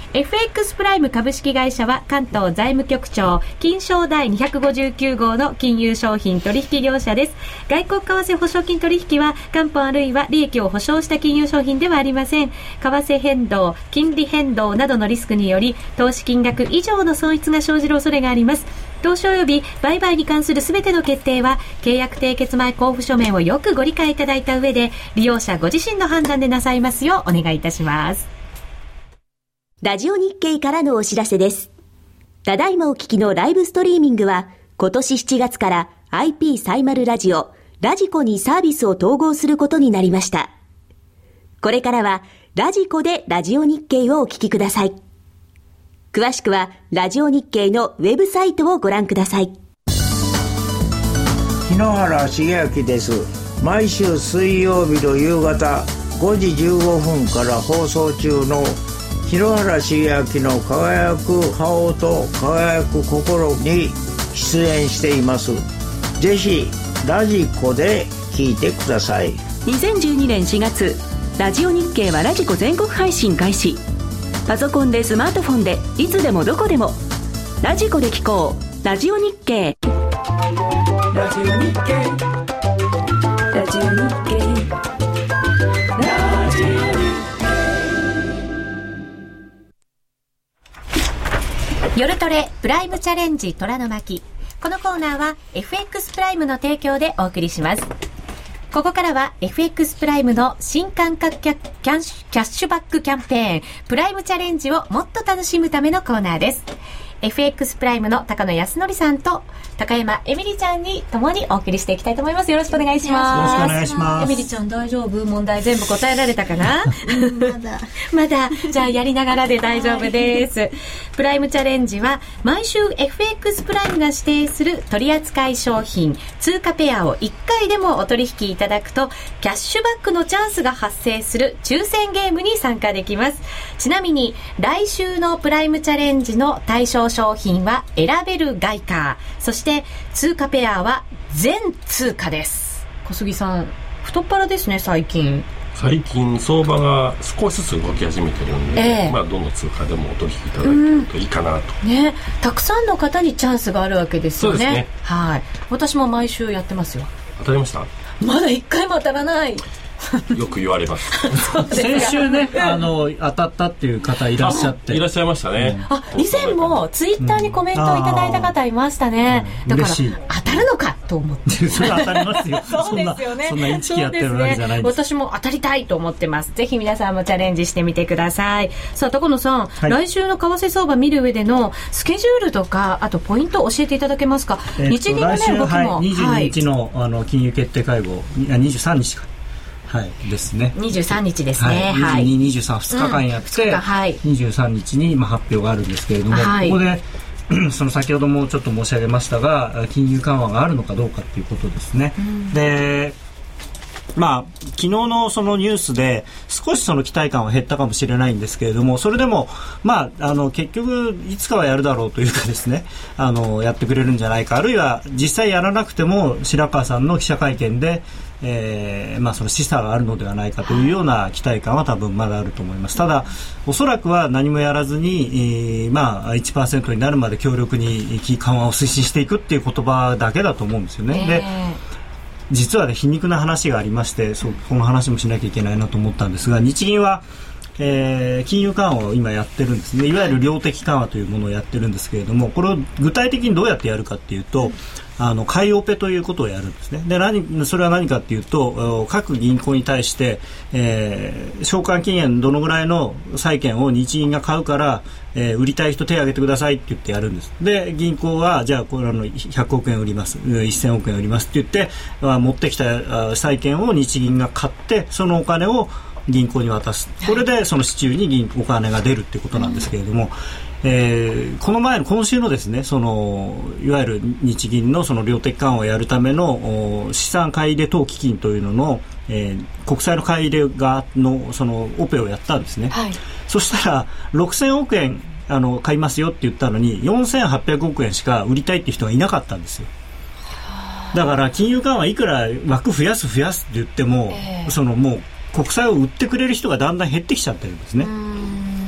エフエックス プライム株式会社は関東財務局長金商第にひゃくごじゅうきゅう号の金融商品取引業者です。外国為替保証金取引は元本あるいは利益を保証した金融商品ではありません。為替変動、金利変動などのリスクにより投資金額以上の損失が生じる恐れがあります。投資及び売買に関するすべての決定は契約締結前交付書面をよくご理解いただいた上で利用者ご自身の判断でなさいますようお願いいたします。 ラジオ日経からのお知らせです。ただいまお聞きのライブストリーミングは今年しちがつから アイピー サイマルラジオラジコにサービスを統合することになりました。これからはラジコでラジオ日経をお聞きください。詳しくはラジオ日経のウェブサイトをご覧ください。 日野原茂明です。毎週水曜日の夕方ごじじゅうごふんから放送中の日野原茂明の輝く顔と輝く心に出演しています。ぜひラジコで聞いてください。 にせんじゅうにねんしがつ、ラジオ日経はラジコ全国配信開始。パソコンでスマートフォンでいつでもどこでもラジコで聞こう。ラジオ日経、ラジオ日経、ラジオ日経、ラジオ日経。夜トレプライムチャレンジ虎の巻。このコーナーは エフエックス プライムの提供でお送りします。ここからは エフエックス プライムの新感覚キャキャンキャッシュバックキャンペーンプライムチャレンジをもっと楽しむためのコーナーです。 エフエックス プライムの高野康則さんと高山エミリちゃんに共にお送りしていきたいと思います。よろしくお願いします。 よろしくお願いします。 エミリちゃん大丈夫？問題全部答えられたかな？ まだまだ。じゃあやりながらで大丈夫です。プライムチャレンジは毎週 エフエックス プライムが指定する取扱商品通貨ペアをいっかいでもお取引いただくとキャッシュバックのチャンスが発生する抽選ゲームに参加できます。ちなみに来週のプライムチャレンジの対象商品は選べる外貨、そして通貨ペアは全通貨です。小杉さん太っ腹ですね。最近最近相場が少しずつ動き始めてるんで、えーまあ、どの通貨でもお取引いただけるといいかなと、 ね、たくさんの方にチャンスがあるわけですよね。 そうですね。 はい。私も毎週やってますよ。 当たりました？ まだ一回も当たらないよく言われます先週ねあの当たったっていう方いらっしゃっていらっしゃいましたね、 うん、あ以前もツイッターにコメントをいただいた方いましたね、うん、だから当たるのかと思ってそれは当たりますよそうですよね。 そんなインチキやってるわけじゃないんです。 私も当たりたいと思ってます。ぜひ皆さんもチャレンジしてみてください。さあ高野さん、はい、来週の為替相場見る上でのスケジュールとかあとポイントを教えていただけますか？えー、日銀のね動きも、はい、 にじゅうににちの、あの金融決定会合にじゅうさんにちかはい、ですね。 にじゅうさんにちですね。 はい。にじゅうに、にじゅうさん、ふつかかんやって、うんはい、にじゅうさんにちに、まあ、発表があるんですけれども、はい、ここでその先ほどもちょっと申し上げましたが金融緩和があるのかどうかということですね。うん、でまあ、昨日のそのニュースで少しその期待感は減ったかもしれないんですけれども、それでも、まあ、あの結局いつかはやるだろうというかですね、あのやってくれるんじゃないか、あるいは実際やらなくても白川さんの記者会見で、えーまあ、その示唆があるのではないかというような期待感は多分まだあると思います。ただおそらくは何もやらずに、えーまあ、いちパーセント になるまで強力に緩和を推進していくっていう言葉だけだと思うんですよね。で実はね皮肉な話がありまして、そうこの話もしなきゃいけないなと思ったんですが、日銀は、えー、金融緩和を今やってるんですね。いわゆる量的緩和というものをやってるんですけれども、これを具体的にどうやってやるかっていうと、あの買いオペということをやるんですね。で何それは何かっていうと、各銀行に対して、えー、償還期限どのぐらいの債券を日銀が買うから、えー、売りたい人手を挙げてくださいって言ってやるんです。で銀行はじゃあこれあのひゃくおくえん売ります、せんおくえん売りますって言って持ってきた債券を日銀が買って、そのお金を銀行に渡す。これでその市中に銀お金が出るっていうことなんですけれども、えー、この前の今週のですね、そのいわゆる日銀のその量的緩和をやるための資産買い入れ等基金というのの、えー、国債の買い入れがのそのオペをやったんですね。はい、そしたらろくせんおくえんあの買いますよって言ったのによんせんはっぴゃくおくえんしか売りたいっていう人がいなかったんですよ。だから金融緩和いくら枠増やす増やすって言っても、えー、そのもう国債を売ってくれる人がだんだん減ってきちゃってるんですね。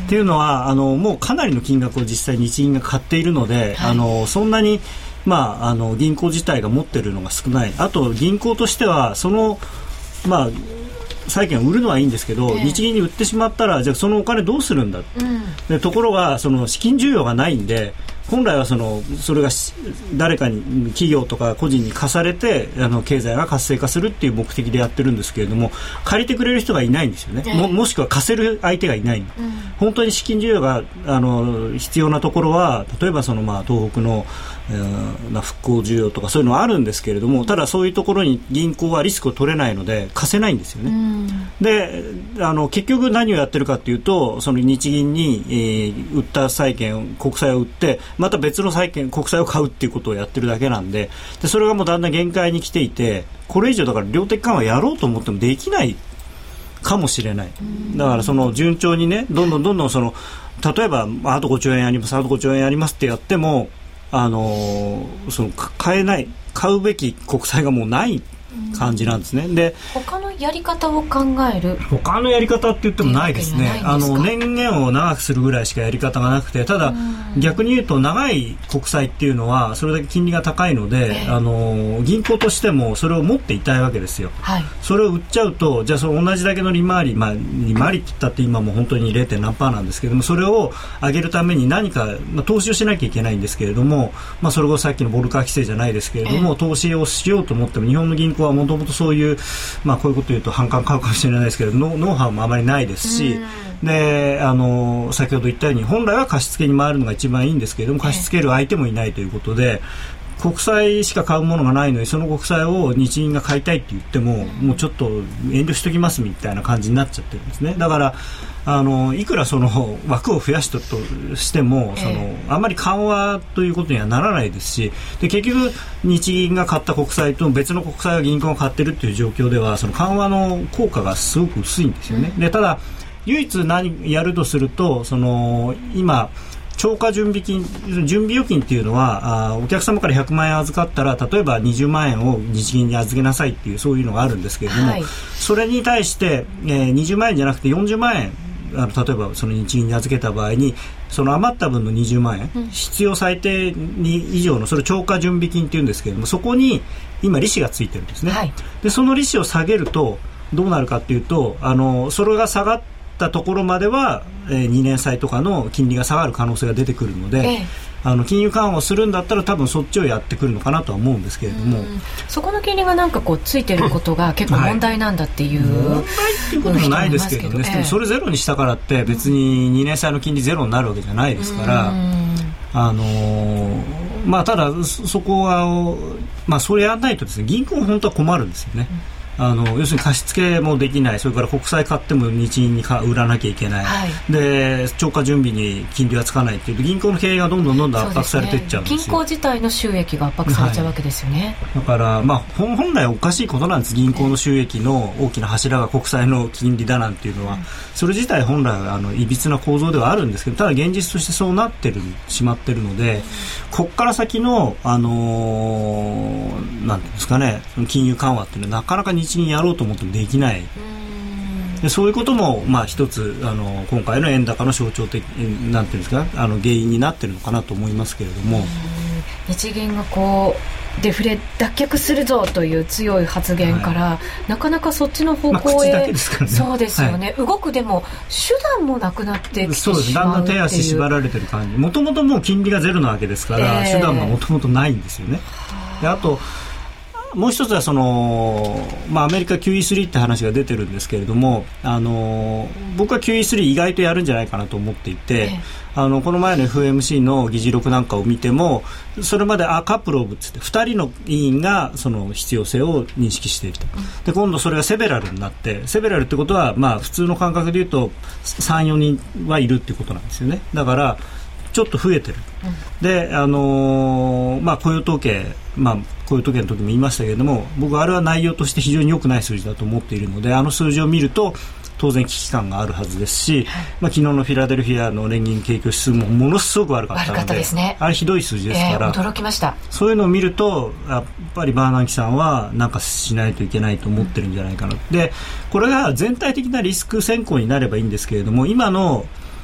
っていうのはあのもうかなりの金額を実際日銀が買っているので、はい、あのそんなに、まあ、あの銀行自体が持っているのが少ない。あと銀行としてはその、まあ、債券を売るのはいいんですけど、えー、日銀に売ってしまったらじゃあそのお金どうするんだ、うん、でところがその資金需要がないんで本来はそのそれが誰かに企業とか個人に貸されてあの経済が活性化するっていう目的でやってるんですけれども借りてくれる人がいないんですよね、えー、も, もしくは貸せる相手がいない、うん、本当に資金需要があの必要なところは例えばその、まあ、東北の、えー、復興需要とかそういうのはあるんですけれどもただそういうところに銀行はリスクを取れないので貸せないんですよね、うん、であの結局何をやってるかというとその日銀に、えー、売った債券国債を売ってまた別の債券国債を買うっていうことをやってるだけなん で, でそれがもうだんだん限界に来ていてこれ以上だから量的緩和やろうと思ってもできないかもしれない。だからその順調にねどんどんどんどんその例えばあとごちょうえんありますあとごちょうえんありますってやってもあのその買えない買うべき国債がもうない感じなんですね。で他のやり方を考える他のやり方って言ってもないですね。あの年限を長くするぐらいしかやり方がなくてただ逆に言うと長い国債っていうのはそれだけ金利が高いので、えー、あの銀行としてもそれを持っていたいわけですよ、はい、それを売っちゃうとじゃあその同じだけの利回り、まあ、利回りって言ったって今も本当に ゼロ. 何パーなんですけどもそれを上げるために何か、まあ、投資をしなきゃいけないんですけれども、まあ、それこそさっきのボルカー規制じゃないですけれども、えー、投資をしようと思っても日本の銀行はもともとそういう、まあ、こういうことを言うと反感買うかもしれないですけど ノ, ノウハウもあまりないですし、であの先ほど言ったように本来は貸し付けに回るのが一番いいんですけれども貸し付ける相手もいないということで国債しか買うものがないのにその国債を日銀が買いたいって言ってももうちょっと遠慮しときますみたいな感じになっちゃってるんですね。だからあのいくらその枠を増やしたとしてもそのあんまり緩和ということにはならないですしで結局日銀が買った国債と別の国債を銀行が買ってるっていう状況ではその緩和の効果がすごく薄いんですよね。でただ唯一何やるとするとその今超過準備金準備預金っていうのはあお客様からひゃくまんえん預かったら例えばにじゅうまんえんを日銀に預けなさいっていうそういうのがあるんですけれども、はい、それに対して、えー、にじゅうまんえんじゃなくてよんじゅうまんえんあの例えばその日銀に預けた場合にその余った分のにじゅうまんえん、うん、必要最低に以上のそれ超過準備金っていうんですけれどもそこに今利子がついてるんですね、はい、でその利子を下げるとどうなるかっていうとあのそれが下がったところまでは、えー、にねん債とかの金利が下がる可能性が出てくるので、ええ、あの金融緩和をするんだったら多分そっちをやってくるのかなとは思うんですけれどもそこの金利がなんかこうついてることが結構問題なんだっていう、はい、 問題っていうこともないですけどね、ええ、それゼロにしたからって別ににねん債の金利ゼロになるわけじゃないですからあのーまあ、ただそこは、まあ、それやらないとですね銀行は本当は困るんですよね、うんあの要するに貸し付けもできないそれから国債買っても日銀に売らなきゃいけない、はい、で超過準備に金利はつかないっていう銀行の経営がどんどんどんどん圧迫されていっちゃうんですよ。 銀行自体の収益が圧迫されちゃうわけですよね、 はい、だから、まあ、本来おかしいことなんです銀行の収益の大きな柱が国債の金利だなんていうのは、うん、それ自体本来はあのいびつな構造ではあるんですけどただ現実としてそうなってるしまってるので、うん、こっから先の、あのー、なんていうんですかね金融緩和っていうのはなかなか日銀やろうと思ってもできないでそういうことも、まあ、一つあの今回の円高の象徴的なんていうんですかあの原因になっているのかなと思いますけれども日銀がこうデフレ脱却するぞという強い発言から、はい、なかなかそっちの方向へ、まあ、口だけですからね、そうですよね、はい、動くでも手段もなくなってきてしまうっていう。 そうですだんだん手足縛られてる感じもともともう金利がゼロなわけですから、えー、手段がもともとないんですよね。であともう一つはその、まあ、アメリカ キューイースリー って話が出てるんですけれどもあの僕は キューイースリー 意外とやるんじゃないかなと思っていて、ええ、あのこの前の エフオーエムシー の議事録なんかを見てもそれまであカップルオブってふたりの委員がその必要性を認識していると、で今度それがセベラルになってセベラルってことは、まあ、普通の感覚で言うと さん,よ 人はいるっていうことなんですよね。だからちょっと増えてる、うん、で、あのーまあ、雇用統計、まあ、雇用統計の時も言いましたけれども僕はあれは内容として非常に良くない数字だと思っているのであの数字を見ると当然危機感があるはずですし、はいまあ、昨日のフィラデルフィアの連銀景況指数もものすごく悪かったので悪かったですね。 あれひどい数字ですから、 えー、驚きました。 そういうのを見るとやっぱりバーナンキさんは何かしないといけないと思ってるんじゃないかな、うん、でこれが全体的なリスク先行になればいいんですけれども今の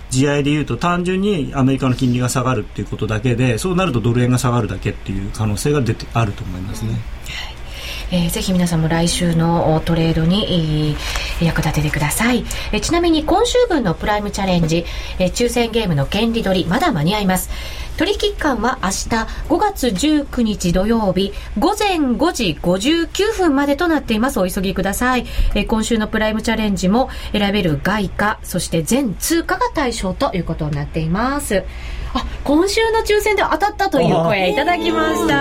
地合いでいうと単純にアメリカの金利が下がるっていうことだけで、そうなるとドル円が下がるだけっていう可能性が出てあると思いますね。 えー、ぜひ皆さんも来週のトレードに、えー、役立ててください。えー、ちなみに今週分のプライムチャレンジ、えー、抽選ゲームの権利取りまだ間に合います。取引期間は明日ごがつじゅうくにち土曜日ごぜんごじごじゅうきゅうふんまでとなっています。お急ぎください。えー、今週のプライムチャレンジも選べる外貨そして全通貨が対象ということになっています。あ、今週の抽選で当たったという声いただきました。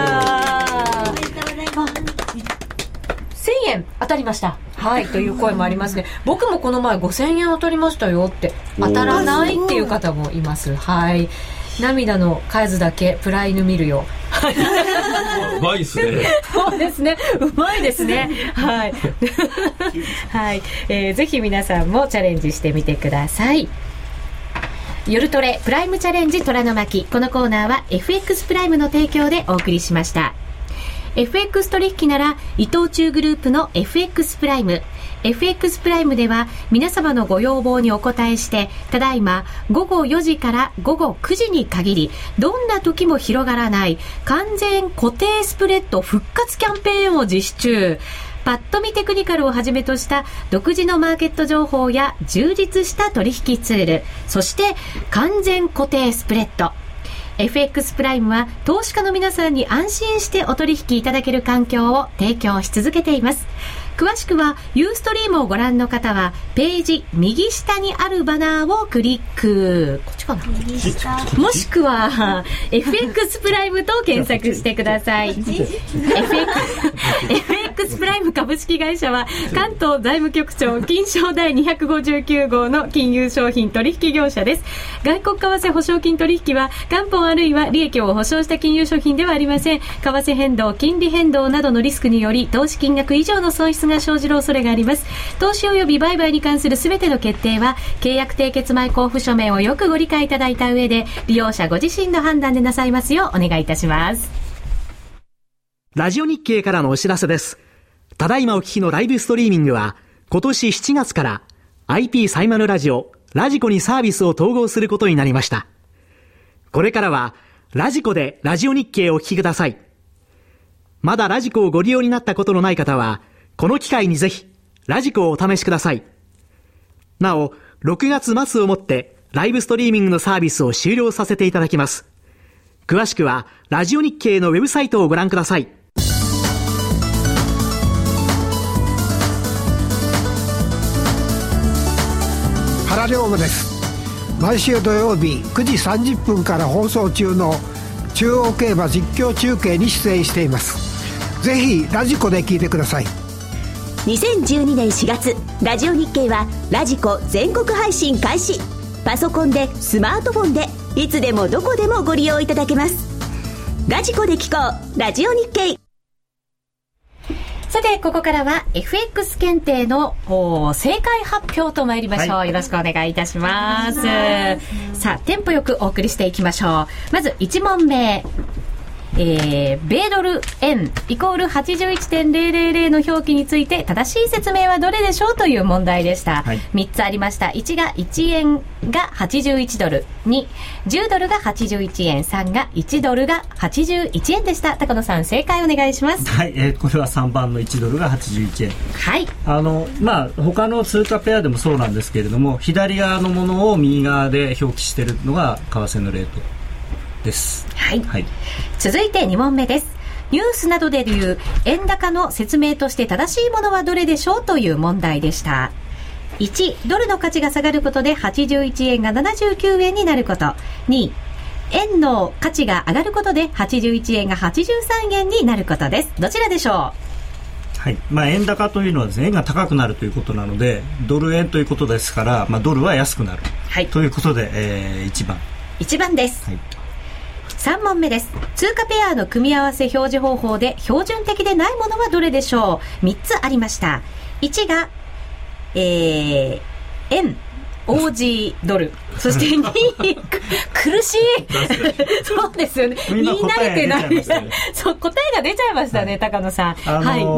せんえん当たりました。はい、という声もありますね。僕もこの前ごせんえん当たりましたよって、当たらないっていう方もいます。はい。涙の数だけプライヌ見るよ。 うまいですね。 そうですね。うまいですね。はい。はい、えー。ぜひ皆さんもチャレンジしてみてください。夜トレプライムチャレンジ虎の巻。このコーナーは エフエックス プライムの提供でお送りしました。エフエックス 取引なら伊藤忠グループの エフエックス プライム。エフエックス プライムでは皆様のご要望にお答えして、ただいまごごよじからごごくじに限り、どんな時も広がらない完全固定スプレッド復活キャンペーンを実施中。パッと見テクニカルをはじめとした独自のマーケット情報や充実した取引ツール、そして完全固定スプレッド。エフエックス プライムは投資家の皆さんに安心してお取引いただける環境を提供し続けています。詳しくはユーストリームをご覧の方はページ右下にあるバナーをクリック、こっちかな、もしくは エフエックス プライムと検索してください。 エフエックス プライム株式会社は関東財務局長金賞第にひゃくごじゅうきゅうごうの金融商品取引業者です。外国為替保証金取引は元本あるいは利益を保証した金融商品ではありません。為替変動、金利変動などのリスクにより投資金額以上の損失が生じる恐れがあります。投資及び売買に関するすべての決定は契約締結前交付書面をよくご理解いただいた上で利用者ご自身の判断でなさいますようお願いいたします。 ラジオ日経からのお知らせです。ただいまお聞きのライブストリーミングは今年しちがつから アイピー サイマルラジオラジコにサービスを統合することになりました。これからはラジコでラジオ日経をお聞きください。まだラジコをご利用になったことのない方はこの機会にぜひラジコをお試しください。なおろくがつ末をもってライブストリーミングのサービスを終了させていただきます。詳しくはラジオ日経のウェブサイトをご覧ください。 原良吾です。毎週土曜日くじさんじゅっぷんから放送中の中央競馬実況中継に出演しています。ぜひラジコで聞いてください。 にせんじゅうにねんしがつ、ラジオ日経はラジコ全国配信開始。パソコンでスマートフォンでいつでもどこでもご利用いただけます。ラジコで聞こう、ラジオ日経。 さてここからは エフエックス 検定の正解発表と参りましょう、はい、よろしくお願いいたします。さあテンポよくお送りしていきましょう。まずいち問目、えー、米ドル円イコール はちじゅういってんぜろぜろぜろ の表記について正しい説明はどれでしょうという問題でした、はい、みっつありました。いちがいちえんがはちじゅういちドル、に、じゅうドルがはちじゅういちえん、さんがいちドルがはちじゅういちえんでした。高野さん正解お願いします。 はい、えー、これはさんばんのいちドルがはちじゅういちえん。 はい、あのまあ他の通貨ペアでもそうなんですけれども、左側のものを右側で表記しているのが為替のレートです。 はい、はい、続いてに問目です。ニュースなどでいう円高の説明として正しいものはどれでしょうという問題でした。いち、ドルの価値が下がることではちじゅういちえんがななじゅうきゅうえんになること。に、円の価値が上がることではちじゅういちえんがはちじゅうさんえんになることです。どちらでしょう。 はい、まあ、円高というのはですね、円が高くなるということなのでドル円ということですから、まあ、ドルは安くなる、はい、ということで、えー、いちばんいちばんです、はい、さん問目です。通貨ペアの組み合わせ表示方法で標準的でないものはどれでしょう。みっつありました。いちが、えー、円オージードル、そしてに苦しいそうですよね、言い慣れてない、ね、そう答えが出ちゃいましたね、はい、高野さん、 あのーはい、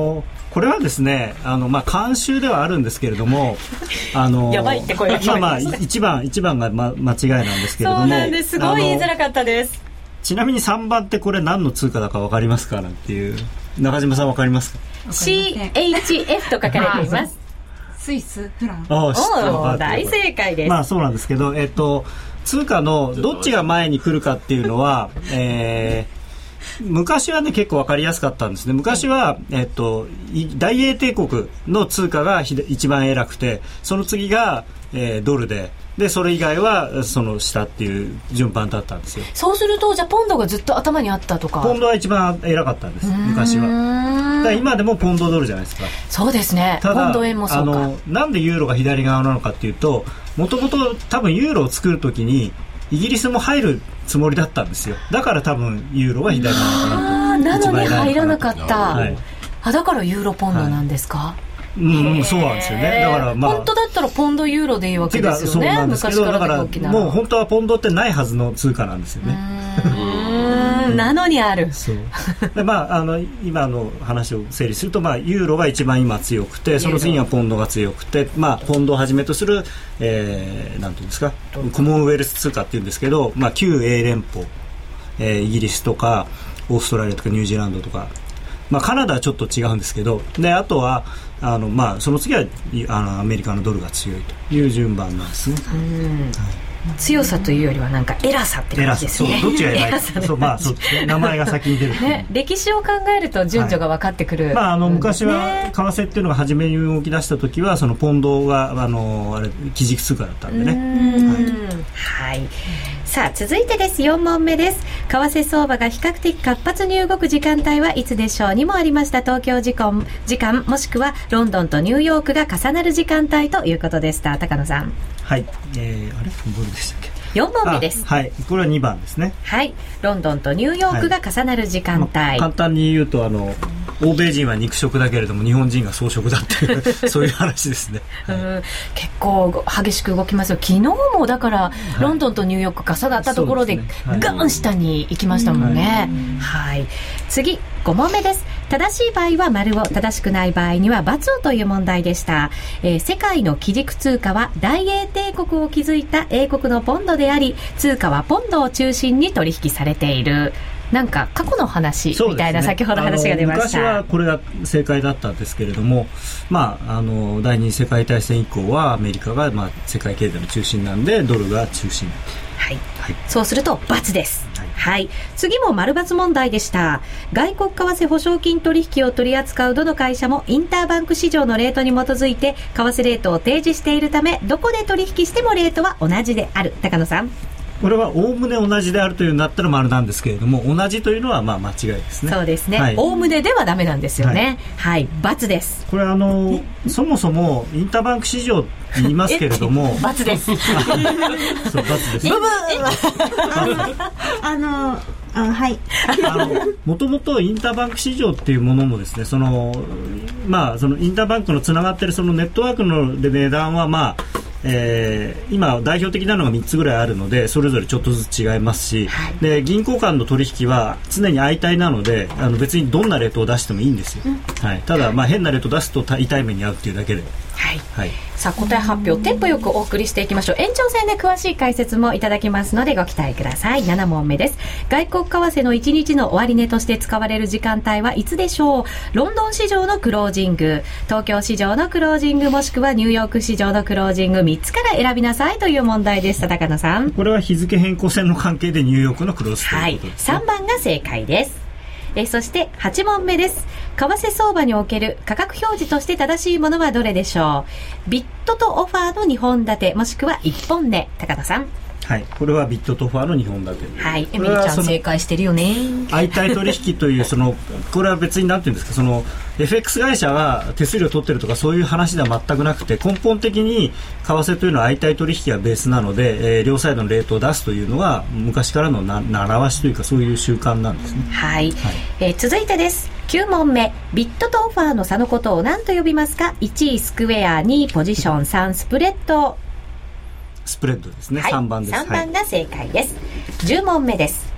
これはですね、あの、まあ、慣習ではあるんですけれども、あの、 やばいって声が聞こえます。 まあまあ、一番、一番が、ま、間違いなんですけれども。 そうなんです。すごい言いづらかったです。 ちなみにさんばんってこれ何の通貨だか分かりますかなんていう。中島さん分かりますか？ シーエイチエフ と書かれています。 スイス、フランス。 おお大正解です。 まあそうなんですけど、えっと、通貨のどっちが前に来るかっていうのは、えー、昔はね結構分かりやすかったんですね。昔は、えっと、大英帝国の通貨が一番偉くて、その次が、えー、ドルで、でそれ以外はその下っていう順番だったんですよ。 そうするとじゃあポンドがずっと頭にあったとか。 ポンドは一番偉かったんです昔は。だから今でもポンドドルじゃないですか。 そうですね。 ただポンド円もそうか。 あのなんでユーロが左側なのかっていうと、もともと多分ユーロを作るときにイギリスも入るつもりだったんですよ。だから多分ユーロは左なのかなと。 あなのに入らなかった、 はい、 あだからユーロポンドなんですか、はい、 うん、そうなんですよね。だからまあ本当だったらポンドユーロでいいわけですよね。 そうなんですけど、 昔からだからもう本当はポンドってないはずの通貨なんですよね。 うーんなのにある。 そうで、まあ、あの今の話を整理すると、まあ、ユーロが一番今強くて、その次はポンドが強くて、まあ、ポンドをはじめとする、えー、なんていうんですか、コモンウェルス通貨っていうんですけど、まあ、旧英連邦、えー、イギリスとかオーストラリアとかニュージーランドとか、まあ、カナダはちょっと違うんですけど、であとはあの、まあ、その次はあのアメリカのドルが強いという順番なんですね。うん、はい、 強さというよりはなんか偉さって感じですね。 そうどっちが偉いかそう、まあ、そう名前が先に出る、 ね、歴史を考えると順序が分かってくる、 はい、まあ、あの昔は為替っていうのが初めに動き出した時はそのポンドがあのあれ基軸通貨だったんでね。 はい、はい、さあ続いてです。よん問目です。為替相場が比較的活発に動く時間帯はいつでしょうにもありました。東京時間、時間もしくはロンドンとニューヨークが重なる時間帯ということでした。高野さん。 はい、えー、あれどれでしたっけ。 よん問目です。 はい、これはにばんですね。 はい、ロンドンとニューヨークが重なる時間帯、はい、 まあ、簡単に言うとあの欧米人は肉食だけれども日本人が草食だっていうそういう話ですね。 うん、結構激しく動きますよ。昨日もだから、はい、ロンドンとニューヨーク重なったところで、ね、はい、ガン下に行きましたもんね。はい、はい、次ご問目です。正しい場合は丸を、正しくない場合には×をという問題でした。えー、世界の基軸通貨は大英帝国を築いた英国のポンドであり、通貨はポンドを中心に取引されている。なんか過去の話みたいな、先ほど話が出ました。 昔はこれが正解だったんですけれども、まあ、あの第二次世界大戦以降はアメリカが、まあ、世界経済の中心なんでドルが中心。 はい、はい、そうすると×です。はい、はい、次も丸×問題でした。外国為替保証金取引を取り扱うどの会社もインターバンク市場のレートに基づいて為替レートを提示しているため、どこで取引してもレートは同じである。高野さん。 これはおおむね同じであるというんだったら丸なんですけれども、同じというのはまあ間違いですね。 そうですね。おおむねではダメなんですよね。はい、はい、×です。 これあのそもそもインターバンク市場って言いますけれども ×です。そう ×です。 ブブーあのあはい。 もともとインターバンク市場っていうものもですね、そのまあそのインターバンクのつながっているそのネットワークの値段はまあ。えー、今代表的なのがみっつぐらいあるのでそれぞれちょっとずつ違いますし、はい、で銀行間の取引は常に相対なのであの別にどんなレートを出してもいいんですよ、うん、はい、ただ、まあ、変なレートを出すと痛い目に遭うっていうだけで、 はいはい、さあ答え発表テンポよくお送りしていきましょう。延長戦で詳しい解説もいただきますのでご期待ください。なな問目です。外国為替のいちにちの終値として使われる時間帯はいつでしょう。ロンドン市場のクロージング、東京市場のクロージング、もしくはニューヨーク市場のクロージング、みっつから選びなさいという問題でした。高野さん。 これは日付変更線の関係でニューヨークのクローズということですね。 はい、さんばんが正解です。えそしてはち問目です。為替相場における価格表示として正しいものはどれでしょう。ビットとオファーのにほん立て、もしくはいっぽん値。高田さん。 はい、これはビットとオファーのにほん立て。 はい、エミリちゃん正解してるよね。 相対取引というそのこれは別に何て言うんですか、その エフエックス 会社が手数料取ってるとかそういう話では全くなくて、根本的に為替というのは相対取引がベースなので、えー、両サイドのレートを出すというのは昔からのな習わしというかそういう習慣なんですね。 はい、はい、えー、続いてです。きゅう問目、ビットとオファーの差のことを何と呼びますか。いちいスクエア、にポジション、さんスプレッド。 スプレッドですね、 はい、 さんばんです。 さんばんが正解です。はい、じゅう問目です。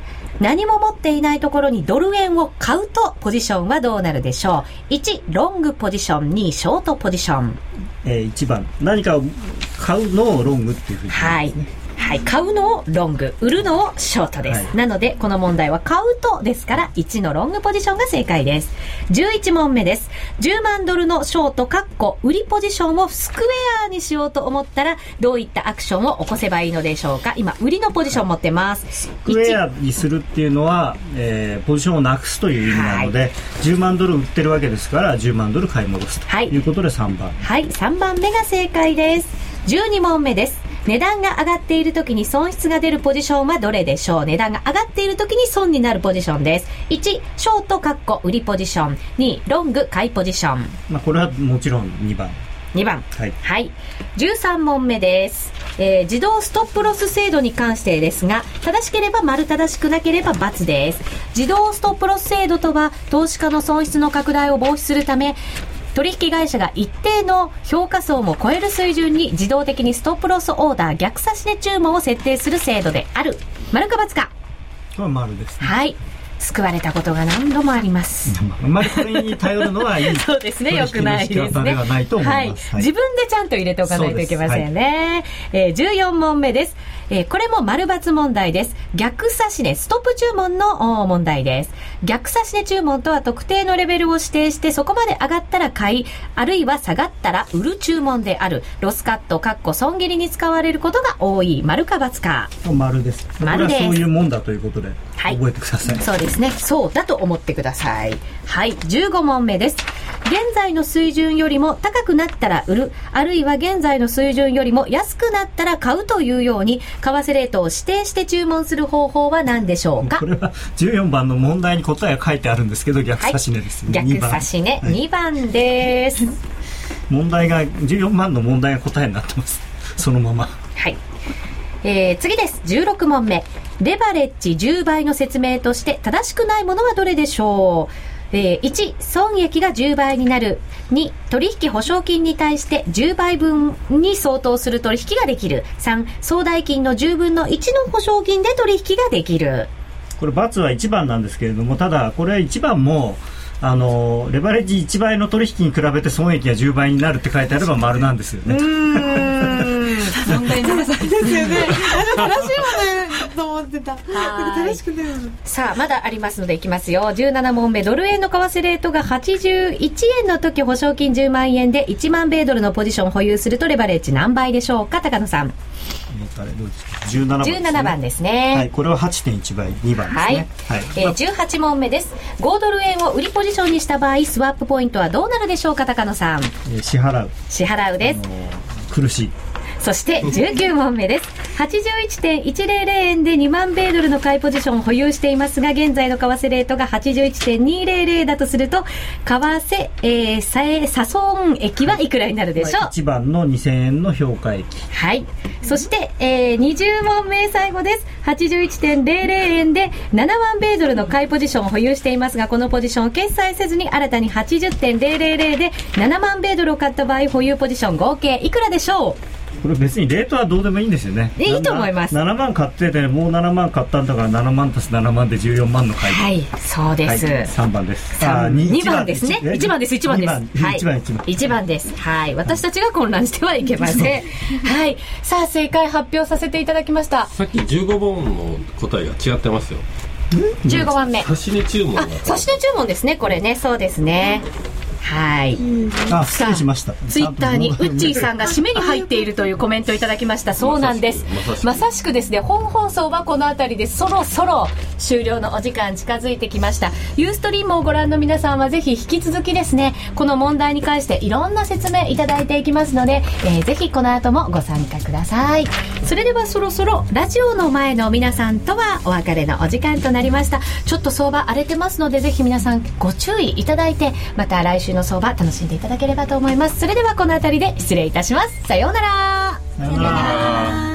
何も持っていないところにドル円を買うとポジションはどうなるでしょう。いちロングポジション、にショートポジション。 えー、いちばん何かを買うのをロングっていうふうに言いますね。 はいはい、買うのをロング、売るのをショートです、はい、なのでこの問題は買うとですからいちのロングポジションが正解です。じゅういち問目です。じゅうまんドルのショートかっこ売りポジションをスクエアにしようと思ったらどういったアクションを起こせばいいのでしょうか。今売りのポジション持ってます。 スクエアにするっていうのは、えー、ポジションをなくすという意味なので、はい、じゅうまんドル売ってるわけですからじゅうまんドル買い戻すということでさんばん、 はい、さんばんめが正解です。じゅうに問目です。値段が上がっている時に損失が出るポジションはどれでしょう。値段が上がっている時に損になるポジションです。いちショートかっこ売りポジション、にロング買いポジション。 まあ、これはもちろんにばんにばん、 はい、 はい、じゅうさん問目です、えー、自動ストップロス制度に関してですが正しければ丸、正しくなければ×です。自動ストップロス制度とは投資家の損失の拡大を防止するため取引会社が一定の評価層も超える水準に自動的にストップロスオーダー逆差し値注文を設定する制度である。丸か×か。 これは丸ですね。 はい、救われたことが何度もあります。 あまりこれに頼るのはいいそうですね、よくないですね。 はないと思います、はいはい、 自分でちゃんと入れておかないといけませんね、はい。えー、じゅうよん問目です。えー、これも丸×問題です。逆差し値ストップ注文の問題です。逆差し値注文とは特定のレベルを指定してそこまで上がったら買い、あるいは下がったら売る注文である。ロスカットかっこ損切りに使われることが多い。丸か×か。 丸です。 丸です。 これはそういうもんだということで覚えてください、 はい、そうですね、そうだと思ってください。はい、じゅうご問目です。現在の水準よりも高くなったら売る、あるいは現在の水準よりも安くなったら買うというように為替レートを指定して注文する方法は何でしょうか。 これはじゅうよんばんの問題に答えが書いてあるんですけど逆差し値ですよね、 はい、逆差し値にばんです、はい、 問題がじゅうよんばんの問題が答えになってます。そのまま。 はい、えー、次です。じゅうろく問目。レバレッジじゅうばいの説明として正しくないものはどれでしょう。えー、いち損益がじゅうばいになる。に取引保証金に対してじゅうばいぶんに相当する取引ができる。さん総代金のじゅうぶんのいちの保証金で取引ができる。 これ×はいちばんなんですけれども、ただこれはいちばんもあのレバレッジいちばいの取引に比べて損益がじゅうばいになるって書いてあれば丸なんですよね。うーん問題なさですよね。正しいものと思ってた。正しくないもの。 さあまだありますのでいきますよ。じゅうなな問目。ドル円の為替レートがはちじゅういちえんの時保証金じゅうまんえんでいちまん米ドルのポジションを保有するとレバレッジ何倍でしょうか。高野さん。 じゅうななばんですね。 じゅうななばんですね。 はい、これは はちてんいちばい、にばんですね。はい。はいえー、じゅうはち問目です。ごドル円を売りポジションにした場合スワップポイントはどうなるでしょうか。高野さん。 えー、支払う。 支払うです。 あのー、苦しい。 そしてじゅうきゅう問目です。はちじゅういちてんいちぜろぜろえんでにまん米ドルの買いポジションを保有していますが現在の為替レートが はちじゅういちてんにぜろぜろ だとすると為替、えー、差差損益はいくらになるでしょう。 いちばんのにせんえんの評価益。 はい。そして、えー、にじゅう問目最後です。はちじゅういちてんぜろぜろえんでななまん米ドルの買いポジションを保有していますがこのポジションを決済せずに新たに はちじゅってんぜろぜろぜろ でななまん米ドルを買った場合保有ポジション合計いくらでしょう。 これ別にレートはどうでもいいんですよね。 いいと思います。 ななまん買っててもうななまん買ったんだからななまん足すななまんでじゅうよんまんの買い。 はいそうです、はい、 さんばんです。 にばんですね。いちばんですいちばんです。 はい、いちばんいちばんです。はい私たちが混乱してはいけません。はいさあ正解発表させていただきました。 さっきじゅうごばんの答えが違ってますよ。 じゅうごばんめ差し値注文。 あ差し値注文ですねこれね。そうですね。はい、 あ失礼しました。 ツイッターにウッチーさんが締めに入っているというコメントをいただきました。そうなんです。まさしくですね本放送はこのあたりでそろそろ終了のお時間近づいてきました。ユーストリームをご覧の皆さんはぜひ引き続きですねこの問題に関していろんな説明いただいていきますので、えー、ぜひこの後もご参加ください。それではそろそろラジオの前の皆さんとはお別れのお時間となりました。ちょっと相場荒れてますのでぜひ皆さんご注意いただいてまた来週の相場楽しんでいただければと思います。それではこのあたりで失礼いたします。さようなら。 さようなら。